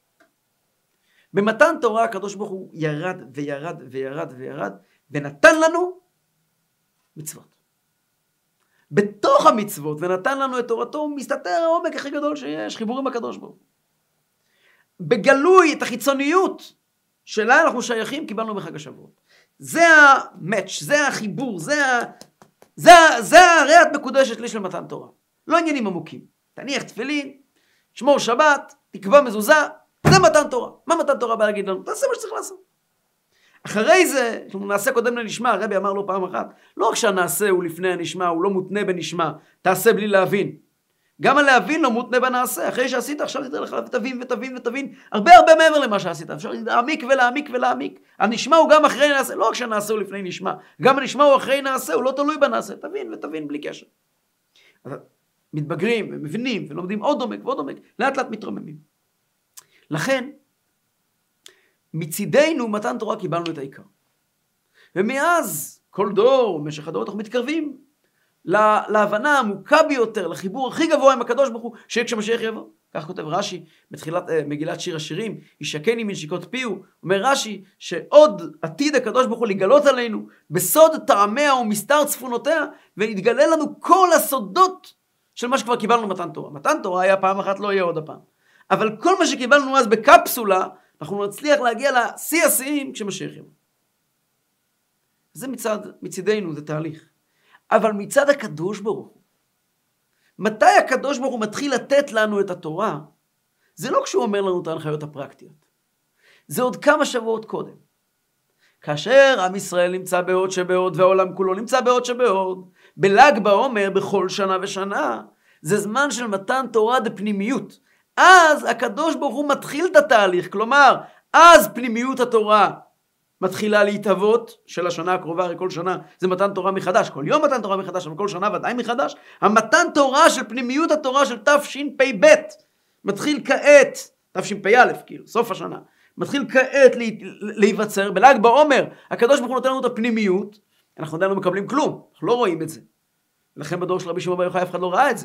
במתן תורה הקדוש ברוך הוא ירד, ונתן לנו מצוות. בתוך המצוות, ונתן לנו את תורתו, מסתתר העומק הכי גדול שיש, חיבורים הקדוש ברוך הוא. בגלוי את החיצוניות שלה אנחנו שייכים, קיבלנו בחג השבועות. זה המאץ', זה החיבור, זה הרי את מקודשת לי של מתן תורה. לא עניינים עמוקים. תניח תפילין, שמור שבת, תקבע מזוזה, זה מתן תורה. מה מתן תורה בא להגיד לנו? תעשה מה שצריך לעשות. אחרי זה, נעשה קודם לנשמע, הרבי אמר לו פעם אחת, לא רק שהנעשה הוא לפני הנשמע, הוא לא מותנה בנשמע, תעשה בלי להבין. גם הלהבין לא מותנה בנעשה. אחרי שעשית, עכשיו תדע לך ותבין ותבין ותבין, הרבה מעבר למה שעשית. אפשר להעמיק ולהעמיק ולהעמיק. הנשמע הוא גם אחרי נעשה, לא רק שהנעשה הוא לפני נשמע, גם הנשמע הוא אחרי נעשה, הוא לא תלוי בנעשה. תבין ותבין בלי קשר. אז מתבגרים ומבינים ולומדים עוד עומק ועוד עומק, לאט לאט מתרוממים. לכן, מצידנו מתן תורה קיבלנו את העיקר. ומאז כל דור, במשך הדורות, אנחנו מתקרבים להבנה העמוקה ביותר, לחיבור הכי גבוה עם הקדוש ברוך הוא, שיהיה כשמשיח יבוא. כך כותב רש"י בתחילת מגילת שיר השירים, ישקני מנשיקות פיהו. אומר רש"י שעוד עתיד הקדוש ברוך הוא לגלות עלינו בסוד טעמיה ומסתר צפונותיה, ונתגלה לנו כל הסודות של מה שכבר קיבלנו מתן תורה. מתן תורה היה פעם אחת, לא יהיה עוד הפעם. אבל כל מה שקיבלנו אז בקפסולה, אנחנו נצליח להגיע לשיא השיאים כשמשיח יבוא. זה מצידנו, זה תהליך. אבל מצד הקדוש ברוך הוא, מתי הקדוש ברוך הוא מתחיל לתת לנו את התורה? זה לא כשהוא אומר לנו את ההנחיות הפרקטיות. זה עוד כמה שבועות קודם. כאשר עם ישראל נמצא בעוד שבעוד, והעולם כולו נמצא בעוד שבעוד, בל"ג בעומר בכל שנה ושנה, זה זמן של מתן תורה דפנימיות. אז הקדוש ברוך הוא מתחיל את התהליך, כלומר, אז פנימיות התורה מתחילה להתהוות של השנה הקרובה, הרי כל שנה זה מתן תורה מחדש, כל יום מתן תורה מחדש, אבל כל שנה ודאי מחדש. המתן תורה של פנימיות התורה של תשפ"ב מתחיל כעת, תשפ"א כאילו, סוף השנה, מתחיל כעת להיווצר. בל"ג בעומר הקדוש ברוך הוא נותן לנו את הפנימיות, אנחנו עדיין לא מקבלים כלום, אנחנו לא רואים את זה. לכן בדור של רבי שמעון בר יוחאי אף אחד לא ראה את זה.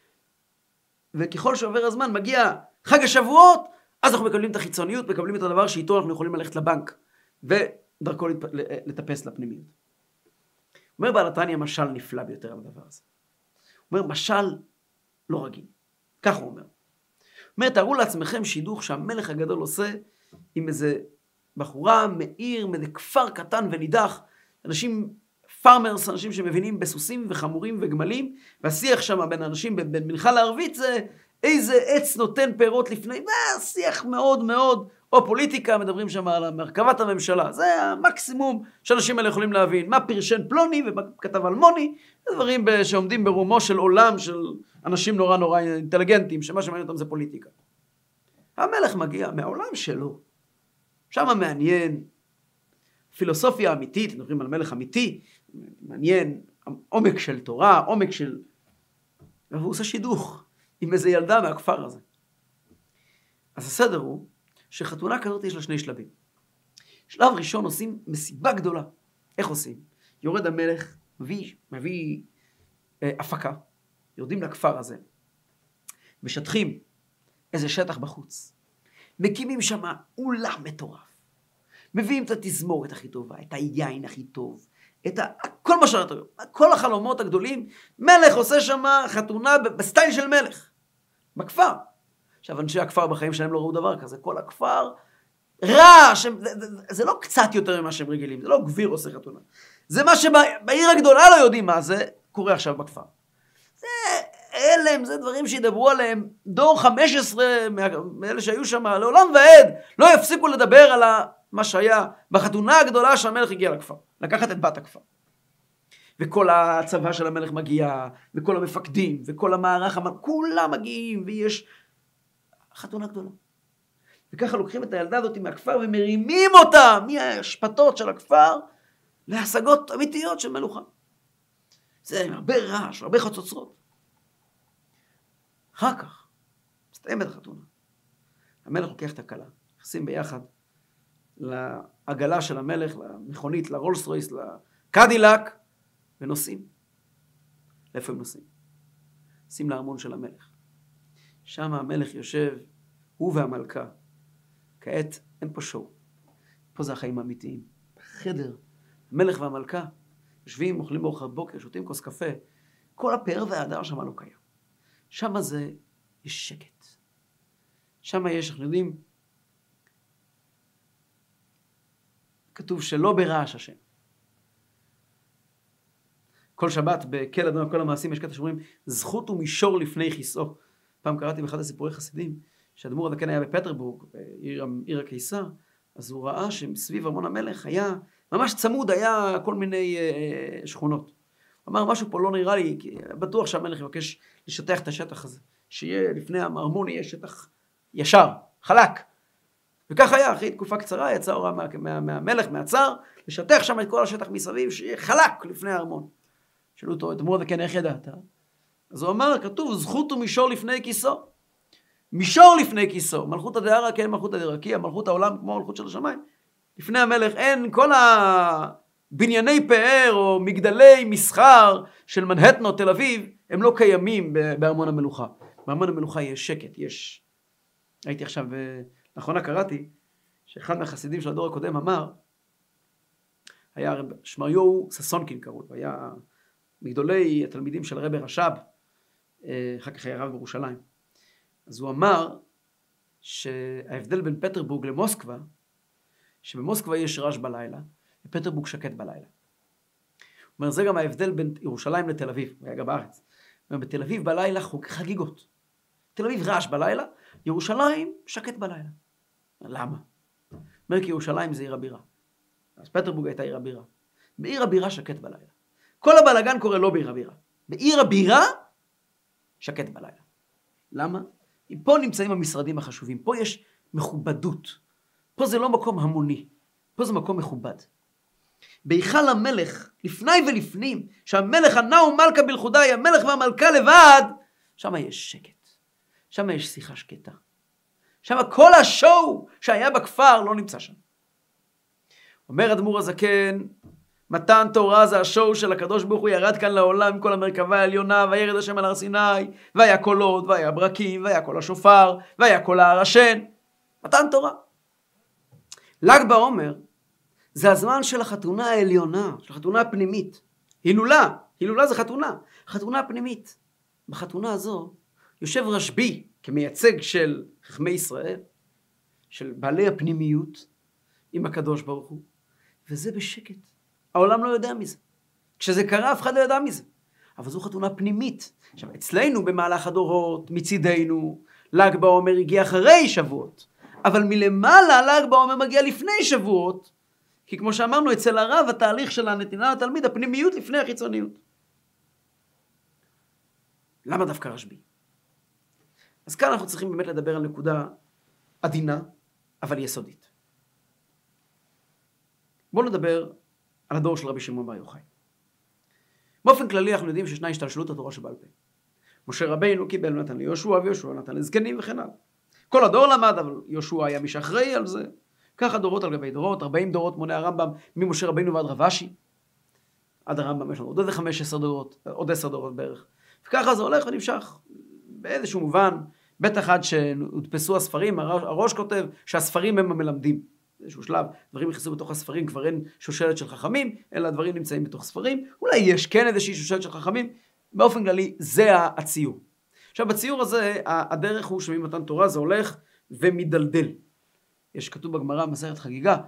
וככל שעובר הזמן מגיע חג השבועות, אז אנחנו מקבלים את החיצוניות, מקבלים את הדבר שאיתו אנחנו יכולים ללכת לבנק ודרכו לטפס לפנימיות. אומר בעל התניא משל נפלא ביותר על הדבר הזה. הוא אומר משל לא רגיל. כך הוא אומר. הוא אומר, תארו לעצמכם שידוך שהמלך הגדול עושה עם איזה בחורה מעיר, מאיזה כפר קטן ונידח, אנשים פארמרס, אנשים שמבינים בסוסים וחמורים וגמלים, והשיח שם בין אנשים, בין מנחה לערבית, זה איזה עץ נותן פירות לפני, שיח מאוד מאוד, או פוליטיקה, מדברים שם על מרכבת הממשלה, זה המקסימום שאנשים האלה יכולים להבין, מה פרשן פלוני ומה כתב אלמוני, דברים שעומדים ברומו של עולם של אנשים נורא נורא אינטליגנטים, שמה שמעניין אותם זה פוליטיקה. המלך מגיע מהעולם שלו, שם מעניין, פילוסופיה אמיתית, מדברים על מלך אמיתי, מעניין, עומק של תורה, עומק של... והוא עושה שידוך עם איזה ילדה מהכפר הזה. אז הסדר הוא שחתונה כזאת יש לה שני שלבים. שלב ראשון עושים מסיבה גדולה. איך עושים? יורד המלך, מביא הפקה, יורדים לכפר הזה, משטחים איזה שטח בחוץ, מקימים שם אולם מטורף, מביאים את התזמורת הכי טובה, את היין הכי טוב, כל מה שאתה אומר, כל החלומות הגדולים, מלך עושה שם חתונה בסטייל של מלך, בכפר. עכשיו, אנשי הכפר בחיים שלהם לא ראו דבר כזה, כל הכפר רעש, זה לא קצת יותר ממה שהם רגילים, זה לא גביר עושה חתונה. זה מה שבעיר הגדולה לא יודעים מה זה, קורה עכשיו בכפר. זה אלם, זה דברים שידברו עליהם, דור 15 מאלה שהיו שם, לעולם ועד, לא יפסיקו לדבר על מה שהיה בחתונה הגדולה שהמלך הגיע לכפר, לקחת את בת הכפר. וכל הצבא של המלך מגיע, וכל המפקדים, וכל המערך, כולם מגיעים, ויש חתונה גדולה. וככה לוקחים את הילדה הזאת מהכפר, ומרימים אותה מהשפטות של הכפר, להשגות אמיתיות של מלוכה. זה עם הרבה רעש, הרבה חצוצרות. אחר כך, מסתיימת החתונה. המלך לוקח את הכלה, נכנסים ביחד לעגלה של המלך, למכונית, לרולס רויס, לקדילק, ונוסעים. לאיפה הם נוסעים? נוסעים לארמון של המלך. שם המלך יושב, הוא והמלכה. כעת אין פה שואו. פה זה החיים האמיתיים. בחדר, המלך והמלכה יושבים, אוכלים בארוחת בוקר, שותים כוס קפה. כל הפאר וההדר שם לא קיים. שם זה, יש שקט. שם יש, אנחנו יודעים, כתוב שלא ברעש השם. כל שבת בכל אדון כל המעשים יש קטע שאומרים זכות ומישור לפני כיסאו. פעם קראתי באחד הסיפורי חסידים שהאדמו"ר הזקן היה בפטרבורג, עיר הקיסר, אז הוא ראה שמסביב ארמון המלך היה ממש צמוד, היה כל מיני שכונות. אמר, משהו פה לא נראה לי, כי בטוח שהמלך יבקש לשטח את השטח הזה, שיהיה לפני הארמון יהיה שטח ישר, חלק. וכך היה, אחרי תקופה קצרה, יצא הוראה מהמלך, מהצר, לשטח שם את כל השטח מסביב, שיהיה חלק לפני הארמון. שאלו אותו, את אמרו, וכן, איך ידעת? אז הוא אמר, כתוב, זכות ומישור לפני כיסו. מישור לפני כיסו, מלכות הדהרה כן מלכות הדהרקי, המלכות העולם כמו המלכות של השמיים. לפני המלך אין כל הבנייני פאר או מגדלי מסחר של מנהטן או תל אביב, הם לא קיימים בארמון המלוכה. בארמון המלוכה יש שקט, יש... הייתי עכשיו, לאחרונה קראתי, שאחד מהחסידים של הדור הקודם אמר, היה שמריהו ססונקין קראו, היה מגדולי התלמידים של רבי רש"ב, אחר כך היה רב בירושלים. אז הוא אמר שההבדל בין פטרבורג למוסקבה, שבמוסקבה יש רעש בלילה, ופטרבורג שקט בלילה. הוא אומר, זה גם ההבדל בין ירושלים לתל אביב, היה גם בארץ. הוא אומר, בתל אביב בלילה חגיגות. תל אביב רעש בלילה, ירושלים שקט בלילה. למה? הוא אומר, כי ירושלים זה עיר הבירה. אז פטרבורג הייתה עיר הבירה. בעיר הבירה שקט בלילה. כל הבלגן קורה לא בעיר הבירה. בעיר הבירה שקט בלילה. למה? פה נמצאים המשרדים החשובים, פה יש מכובדות. פה זה לא מקום המוני, פה זה מקום מכובד. בהיכל המלך, לפני ולפנים, שהמלך הנאו מלכה בלכודי, המלך והמלכה לבד, שם יש שקט. שם יש שיחה שקטה. שם כל השואו שהיה בכפר לא נמצא שם. אומר אדמו"ר הזקן, מתן תורה זה השואו של הקדוש ברוך הוא, ירד כאן לעולם עם כל המרכבה העליונה, וירד השם על הר סיני, והיה קולות, והיה ברקים, והיה קול השופר, והיה קול הרשן. מתן תורה. ל"ג בעומר זה הזמן של החתונה העליונה, של החתונה הפנימית. הילולה, הילולה זה חתונה, חתונה הפנימית. בחתונה הזו יושב רשב"י כמייצג של חכמי ישראל, של בעלי הפנימיות עם הקדוש ברוך הוא, וזה בשקט. העולם לא יודע מזה. כשזה קרה, אף אחד לא ידע מזה. אבל זו חתונה פנימית. עכשיו, אצלנו במהלך הדורות, מצידנו, ל"ג בעומר הגיע אחרי שבועות. אבל מלמעלה ל"ג בעומר מגיע לפני שבועות. כי כמו שאמרנו, אצל הרב התהליך של הנתינה לתלמיד, הפנימיות לפני החיצוניות. למה דווקא רשב"י? אז כאן אנחנו צריכים באמת לדבר על נקודה עדינה, אבל יסודית. בואו נדבר על הדור של רבי שמעון בר יוחאי. באופן כללי אנחנו יודעים שישנה השתלשלות התורה שבעל פה. משה רבינו קיבל נתן ליהושע, ויהושע נתן לזקנים וכן הלאה. כל הדור למד, אבל יהושע היה מי שאחראי על זה. ככה דורות על גבי דורות, 40 דורות מונה הרמב"ם, ממשה רבינו ועד רב אשי. עד הרמב"ם יש לנו עוד 15 דורות, עוד 10 דורות בערך. וככה זה הולך ונמשך. באיזשהו מובן, בטח עד שהודפסו הספרים, הראש כותב שהספרים הם המלמדים. באיזשהו שלב, דברים נכנסו בתוך הספרים, כבר אין שושלת של חכמים, אלא הדברים נמצאים בתוך ספרים. אולי יש כן איזושהי שושלת של חכמים, באופן כללי זה הציור. עכשיו בציור הזה, הדרך הוא שממתן תורה זה הולך ומדלדל. יש כתוב בגמרא מסכת חגיגה,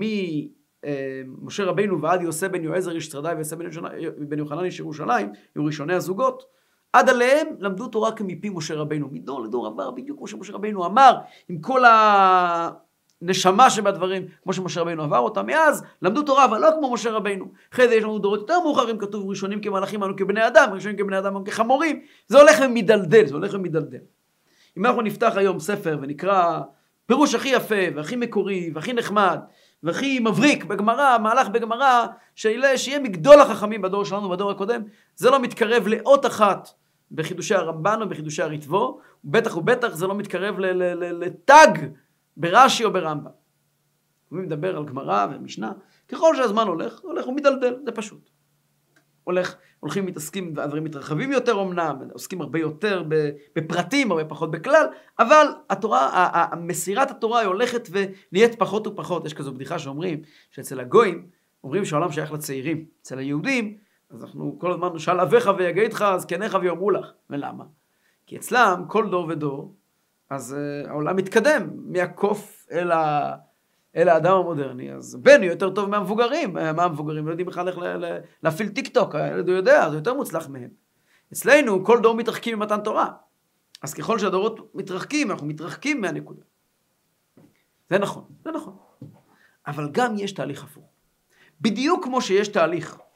משה רבינו ועד יוסף בן יועזר איש צרדאי ויוסף בן יוחנן איש ירושלים, היו ראשוני הזוגות, עד עליהם למדו תורה כמפי משה רבינו, מדור לדור עבר בדיוק כמו שמשה רבינו אמר, עם כל הנשמה שבדברים, כמו שמשה רבינו עבר אותם, מאז למדו תורה, אבל לא כמו משה רבינו. אחרי זה יש לנו דורות יותר מאוחרים, כתוב ראשונים כמלאכים, אנו כבני אדם, ראשונים כבני אדם, אנו כחמורים. זה הולך ומדלדל, זה הולך ומדלדל. אם אנחנו נפתח היום ספר ונקרא פירוש הכי יפה, והכי מקורי, והכי נחמד, והכי מבריק בגמרא, מהלך בגמרא, שיהיה מגדול החכמים בדור שלנו, בדור הקודם, זה לא מתקרב לאות אחת בחידושי הרמב"ן או בחידושי הריטב"א, ובטח ובטח זה לא מתקרב לתג ברש"י או ברמב"ם. אני מדבר על גמרא ומשנה, ככל שהזמן הולך ומדלדל, זה פשוט. הולכים מתעסקים, הדברים מתרחבים יותר אמנם, עוסקים הרבה יותר בפרטים, הרבה פחות בכלל, אבל התורה, מסירת התורה היא הולכת ונהיית פחות ופחות. יש כזו בדיחה שאומרים, שאצל הגויים, אומרים שהעולם שייך לצעירים, אצל היהודים, אז אנחנו כל הזמן נשאל אביך ויגדך, זקניך ויאמרו לך. ולמה? כי אצלם כל דור ודור, אז העולם מתקדם מהקוף אל האדם המודרני, אז בן יותר טוב מהמבוגרים, מה המבוגרים? לא יודעים בכלל איך להפעיל טיק טוק, הילד הוא יודע, זה יותר מוצלח מהם. אצלנו כל דור מתרחקים ממתן תורה, אז ככל שהדורות מתרחקים, אנחנו מתרחקים מהנקודה. זה נכון, זה נכון. אבל גם יש תהליך הפוך. בדיוק כמו שיש תהליך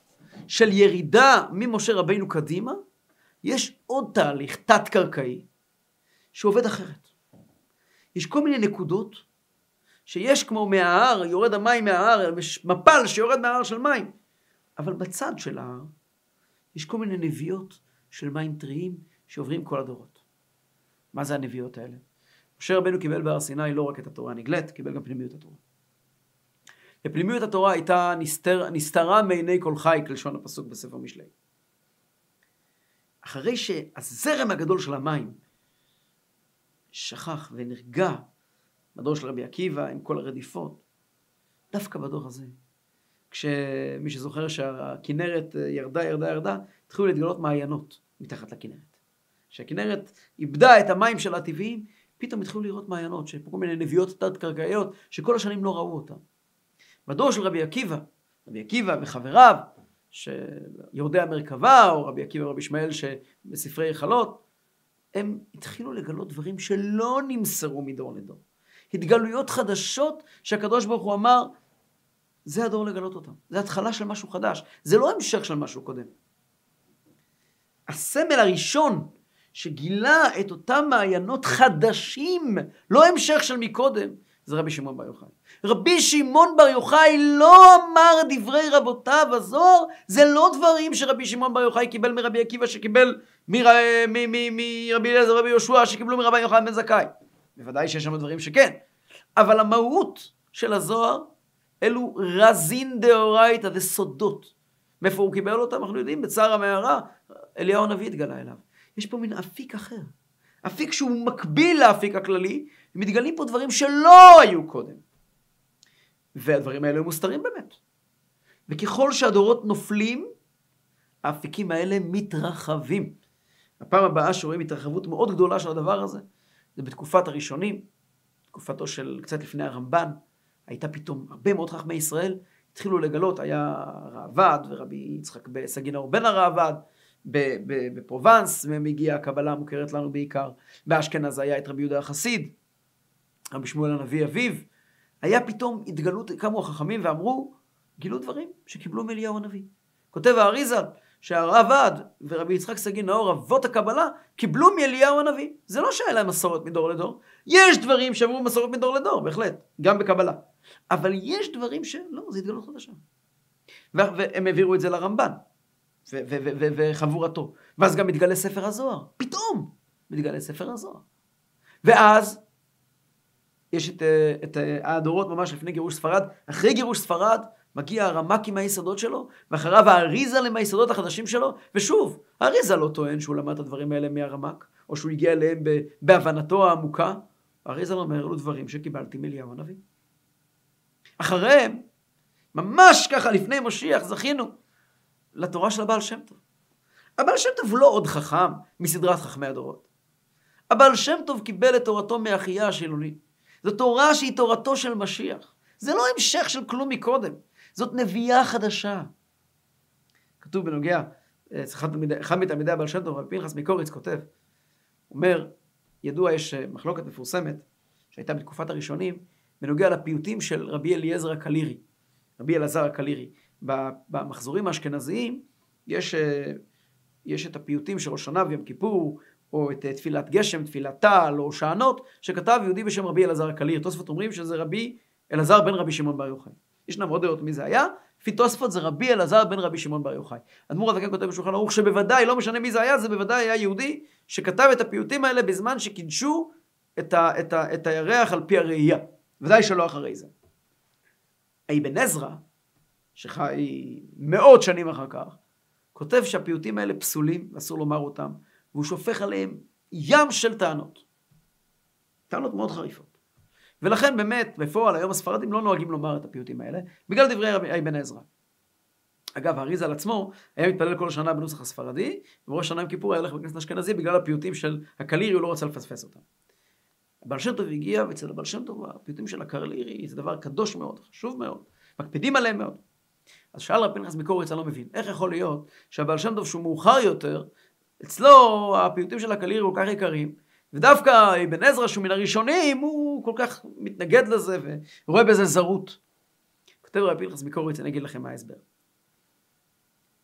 של ירידה ממשה רבינו קדימה, יש עוד תהליך תת-קרקעי שעובד אחרת. יש כל מיני נקודות שיש כמו מההר, יורד המים מההר, מפל שיורד מההר של מים. אבל בצד של ההר יש כל מיני נביאות של מים טריים שעוברים כל הדורות. מה זה הנביאות האלה? משה רבנו קיבל בהר סיני לא רק את התורה הנגלית, קיבל גם פנימיות התורה. ופנימיות התורה הייתה נסתרה מעיני כל חי, כלשון הפסוק בספר משלי. אחרי שהזרם הגדול של המים שכח ונרגע בדור של רבי עקיבא עם כל הרדיפות, דווקא בדור הזה, כשמי שזוכר שהכנרת ירדה, התחילו להתגלות מעיינות מתחת לכנרת. כשהכנרת איבדה את המים שלה הטבעיים, פתאום התחילו לראות מעיינות, שפה כל מיני נביאות תת-קרקעיות, שכל השנים לא ראו אותם. בדור של רבי עקיבא וחבריו, שיורדי המרכבה, או רבי עקיבא ורבי ישמעאל שבספרי יחלות, הם התחילו לגלות דברים שלא נמסרו מדור לדור. התגלויות חדשות שהקדוש ברוך הוא אמר, זה הדור לגלות אותם. זה התחלה של משהו חדש. זה לא המשך של משהו קודם. הסמל הראשון שגילה את אותם מעיינות חדשים, לא המשך של מקודם, זה רבי שמעון בר יוחאי. רבי שמעון בר יוחאי לא אמר דברי רבותיו הזוהר, זה לא דברים שרבי שמעון בר יוחאי קיבל מרבי עקיבא, שקיבל מרבי אליעזר ורבי יהושע, שקיבלו מרבי יוחנן בן זכאי. בוודאי שיש שם דברים שכן. אבל המהות של הזוהר, אלו רזין דאורייתא, זה סודות. מאיפה הוא קיבל אותם? אנחנו יודעים, בצער המערה, אליהו הנביא התגלה אליו. יש פה מין אפיק אחר. אפיק שהוא מקביל לאפיק הכללי, ומתגלים פה דברים שלא היו קודם. והדברים האלה הם מוסתרים באמת. וככל שהדורות נופלים, האפיקים האלה מתרחבים. הפעם הבאה שרואים התרחבות מאוד גדולה של הדבר הזה, זה בתקופת הראשונים, תקופתו של קצת לפני הרמב"ן, הייתה פתאום הרבה מאוד חכמי ישראל, התחילו לגלות, היה ראב"ד ורבי יצחק סגינור בן הראב"ד, בפרובנס, ומגיעה הקבלה המוכרת לנו בעיקר, באשכנז היה את רבי יהודה החסיד, רבי שמואל הנביא אביו, היה פתאום התגלות, קמו החכמים ואמרו, גילו דברים שקיבלו מאליהו הנביא. כותב האריזל, שהראב"ד ורבי יצחק סגינור, אבות הקבלה, קיבלו מאליהו הנביא. זה לא שהיה להם מסורת מדור לדור, יש דברים שעברו מסורת מדור לדור, בהחלט, גם בקבלה. אבל יש דברים שלא, זה התגלות חדשה. והם העבירו את זה לרמב"ן. וחבורתו. ואז גם מתגלה ספר הזוהר. פתאום מתגלה ספר הזוהר. ואז יש את הדורות ממש לפני גירוש ספרד. אחרי גירוש ספרד מגיע הרמ"ק עם היסודות שלו, ואחריו האריזל עם היסודות החדשים שלו. ושוב, האריזל לא טוען שהוא למד את הדברים האלה מהרמ"ק, או שהוא הגיע אליהם בהבנתו העמוקה. האריזל אומר לו דברים שקיבלתי מאליהו הנביא. אחריהם, ממש ככה לפני משיח, זכינו לתורה של הבעל שם טוב. הבעל שם טוב הוא לא עוד חכם מסדרת חכמי הדורות. הבעל שם טוב קיבל את תורתו מאחיה השילוני. זו תורה שהיא תורתו של משיח. זה לא המשך של כלום מקודם. זאת נביאה חדשה. כתוב בנוגע, אחד מתלמידי הבעל שם טוב, רבי פנחס מקוריץ כותב, אומר, ידוע יש מחלוקת מפורסמת, שהייתה בתקופת הראשונים, בנוגע לפיוטים של רבי אליעזר הקלירי, רבי אלעזר הקלירי. במחזורים האשכנזיים יש את הפיוטים של ראש השנה ויום כיפור, או את תפילת גשם, תפילת טל, או שענות, שכתב יהודי בשם רבי אלעזר הקלירי. תוספות אומרים שזה רבי אלעזר בן רבי שמעון בר יוחאי. ישנם עוד דעות מי זה היה, לפי תוספות זה רבי אלעזר בן רבי שמעון בר יוחאי. אדמו"ר הזקן כותב בשולחן ערוך שבוודאי, לא משנה מי זה היה, זה בוודאי היה יהודי שכתב את הפיוטים האלה בזמן שקידשו את הירח על פי הראייה. ודאי שלא אחרי זה. אבן עזרא, שחי מאות שנים אחר כך, כותב שהפיוטים האלה פסולים, אסור לומר אותם, והוא שופך עליהם ים של טענות. טענות מאוד חריפות. ולכן באמת, בפועל, היום הספרדים לא נוהגים לומר את הפיוטים האלה, בגלל דברי אבן עזרא. אגב, האריזל עצמו היה מתפלל כל שנה בנוסח הספרדי, ובראש שנה עם כיפור היה הולך בכנסת אשכנזי, בגלל הפיוטים של הקלירי, הוא לא רצה לפספס אותם. הבעל שם טוב הגיע, ואצל הבעל שם טוב, הפיוטים של הקלירי זה דבר קדוש מאוד, חשוב מאוד, מקפידים עליהם מאוד. אז שאל רבי פנחס מקוריץ, אני לא מבין, איך יכול להיות שהבעל שם טוב שהוא מאוחר יותר, אצלו הפיוטים של הקלירי הוא כל כך יקרים, ודווקא אבן עזרא שהוא מן הראשונים, הוא כל כך מתנגד לזה ורואה בזה זרות. כותב רבי פנחס מקוריץ, אני אגיד לכם מה ההסבר.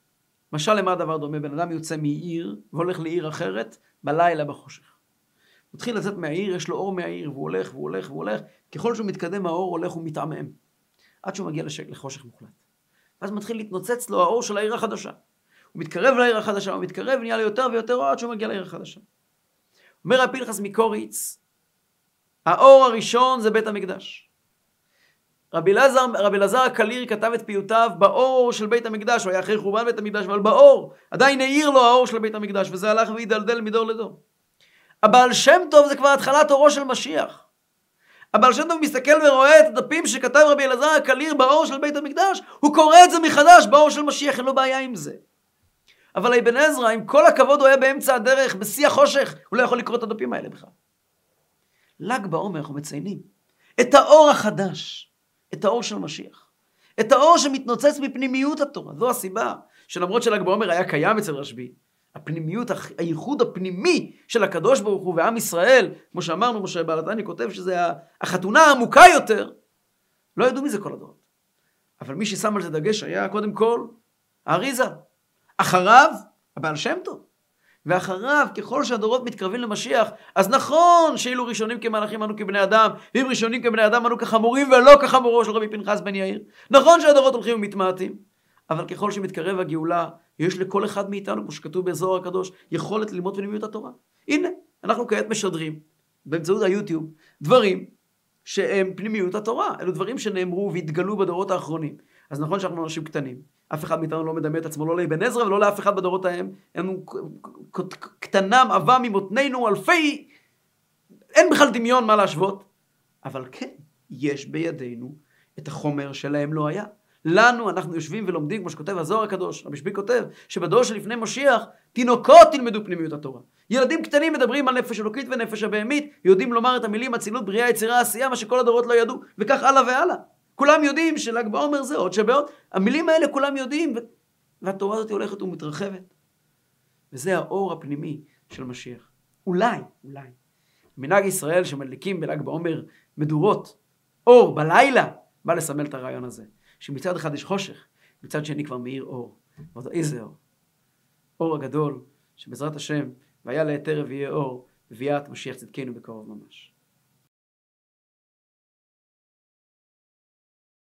משל למה הדבר דומה? בן אדם יוצא מעיר והולך לעיר אחרת בלילה בחושך. הוא מתחיל לצאת מהעיר, יש לו אור מהעיר, והוא הולך והוא הולך והוא הולך. ככל שהוא מתקדם האור הולך ומתעמם. עד שהוא מגיע לחושך מוחלט. ואז מתחיל להתנוצץ לו האור של העיר החדשה. הוא מתקרב לעיר החדשה, הוא מתקרב, נהיה לו יותר ויותר אור עד שהוא מגיע לעיר החדשה. אומר הפנחס מקוריץ, האור הראשון זה בית המקדש. רבי אלעזר הקליר כתב את פיוטיו באור של בית המקדש, הוא היה אחרי חורבן בית המקדש, אבל באור, עדיין העיר לו האור של בית המקדש, וזה הלך והידלדל מדור לדור. הבעל שם טוב זה כבר התחלת אורו של משיח. הבעל שם טוב מסתכל ורואה את הדפים שכתב רבי אלעזר הקליר באור של בית המקדש, הוא קורא את זה מחדש באור של משיח, אין לו בעיה עם זה. אבל אבן עזרא, עם כל הכבוד, הוא היה באמצע הדרך, בשיא החושך, הוא לא יכול לקרוא את הדפים האלה בכלל. ל"ג בעומר אנחנו מציינים את האור החדש, את האור של משיח, את האור שמתנוצץ מפנימיות התורה. זו הסיבה שלמרות של"ג בעומר היה קיים אצל רשב"י, הפנימיות, הייחוד הפנימי של הקדוש ברוך הוא ועם ישראל, כמו שאמרנו, משה בעל התניא כותב שזה החתונה העמוקה יותר, לא ידעו מזה כל הדורות. אבל מי ששם על זה דגש היה קודם כל האריזה, אחריו הבעל שם טוב, ואחריו ככל שהדורות מתקרבים למשיח, אז נכון שאילו ראשונים כמלאכים אנו כבני אדם, ואם ראשונים כבני אדם אנו כחמורים ולא כחמורו של רבי פנחס בן יאיר, נכון שהדורות הולכים ומתמעטים, אבל ככל שמתקרב הגאולה, יש לכל אחד מאיתנו, כמו שכתוב בזוהר הקדוש, יכולת ללמוד פנימיות התורה. הנה, אנחנו כעת משדרים, באמצעות היוטיוב, דברים שהם פנימיות התורה. אלו דברים שנאמרו והתגלו בדורות האחרונים. אז נכון שאנחנו אנשים קטנים. אף אחד מאיתנו לא מדמה את עצמו, לא לאבן עזרא ולא לאף אחד בדורות ההם. הם קטנם, עבה ממותנינו, אלפי, אין בכלל דמיון מה להשוות. אבל כן, יש בידינו את החומר שלהם לא היה. לנו, אנחנו יושבים ולומדים, כמו שכותב הזוהר הקדוש, רבי שבי כותב, שבדור שלפני משיח, תינוקות תלמדו פנימיות התורה. ילדים קטנים מדברים על נפש אלוקית ונפש הבהמית, יודעים לומר את המילים אצילות, בריאה, יצירה, עשייה, מה שכל הדורות לא ידעו, וכך הלאה והלאה. כולם יודעים של"ג בעומר זה עוד שבעוד. המילים האלה כולם יודעים, והתורה הזאת הולכת ומתרחבת. וזה האור הפנימי של משיח. אולי, מנהג ישראל שמדליקים בל"ג בעומר מדורות, אור בלילה, בא לסמל את הרעיון הזה. שמצד אחד יש חושך, מצד שני כבר מאיר אור. איזה אור? אור הגדול, שבעזרת השם, והיה לעת ערב יהיה אור, בביאת משיח צדקנו בקרוב ממש.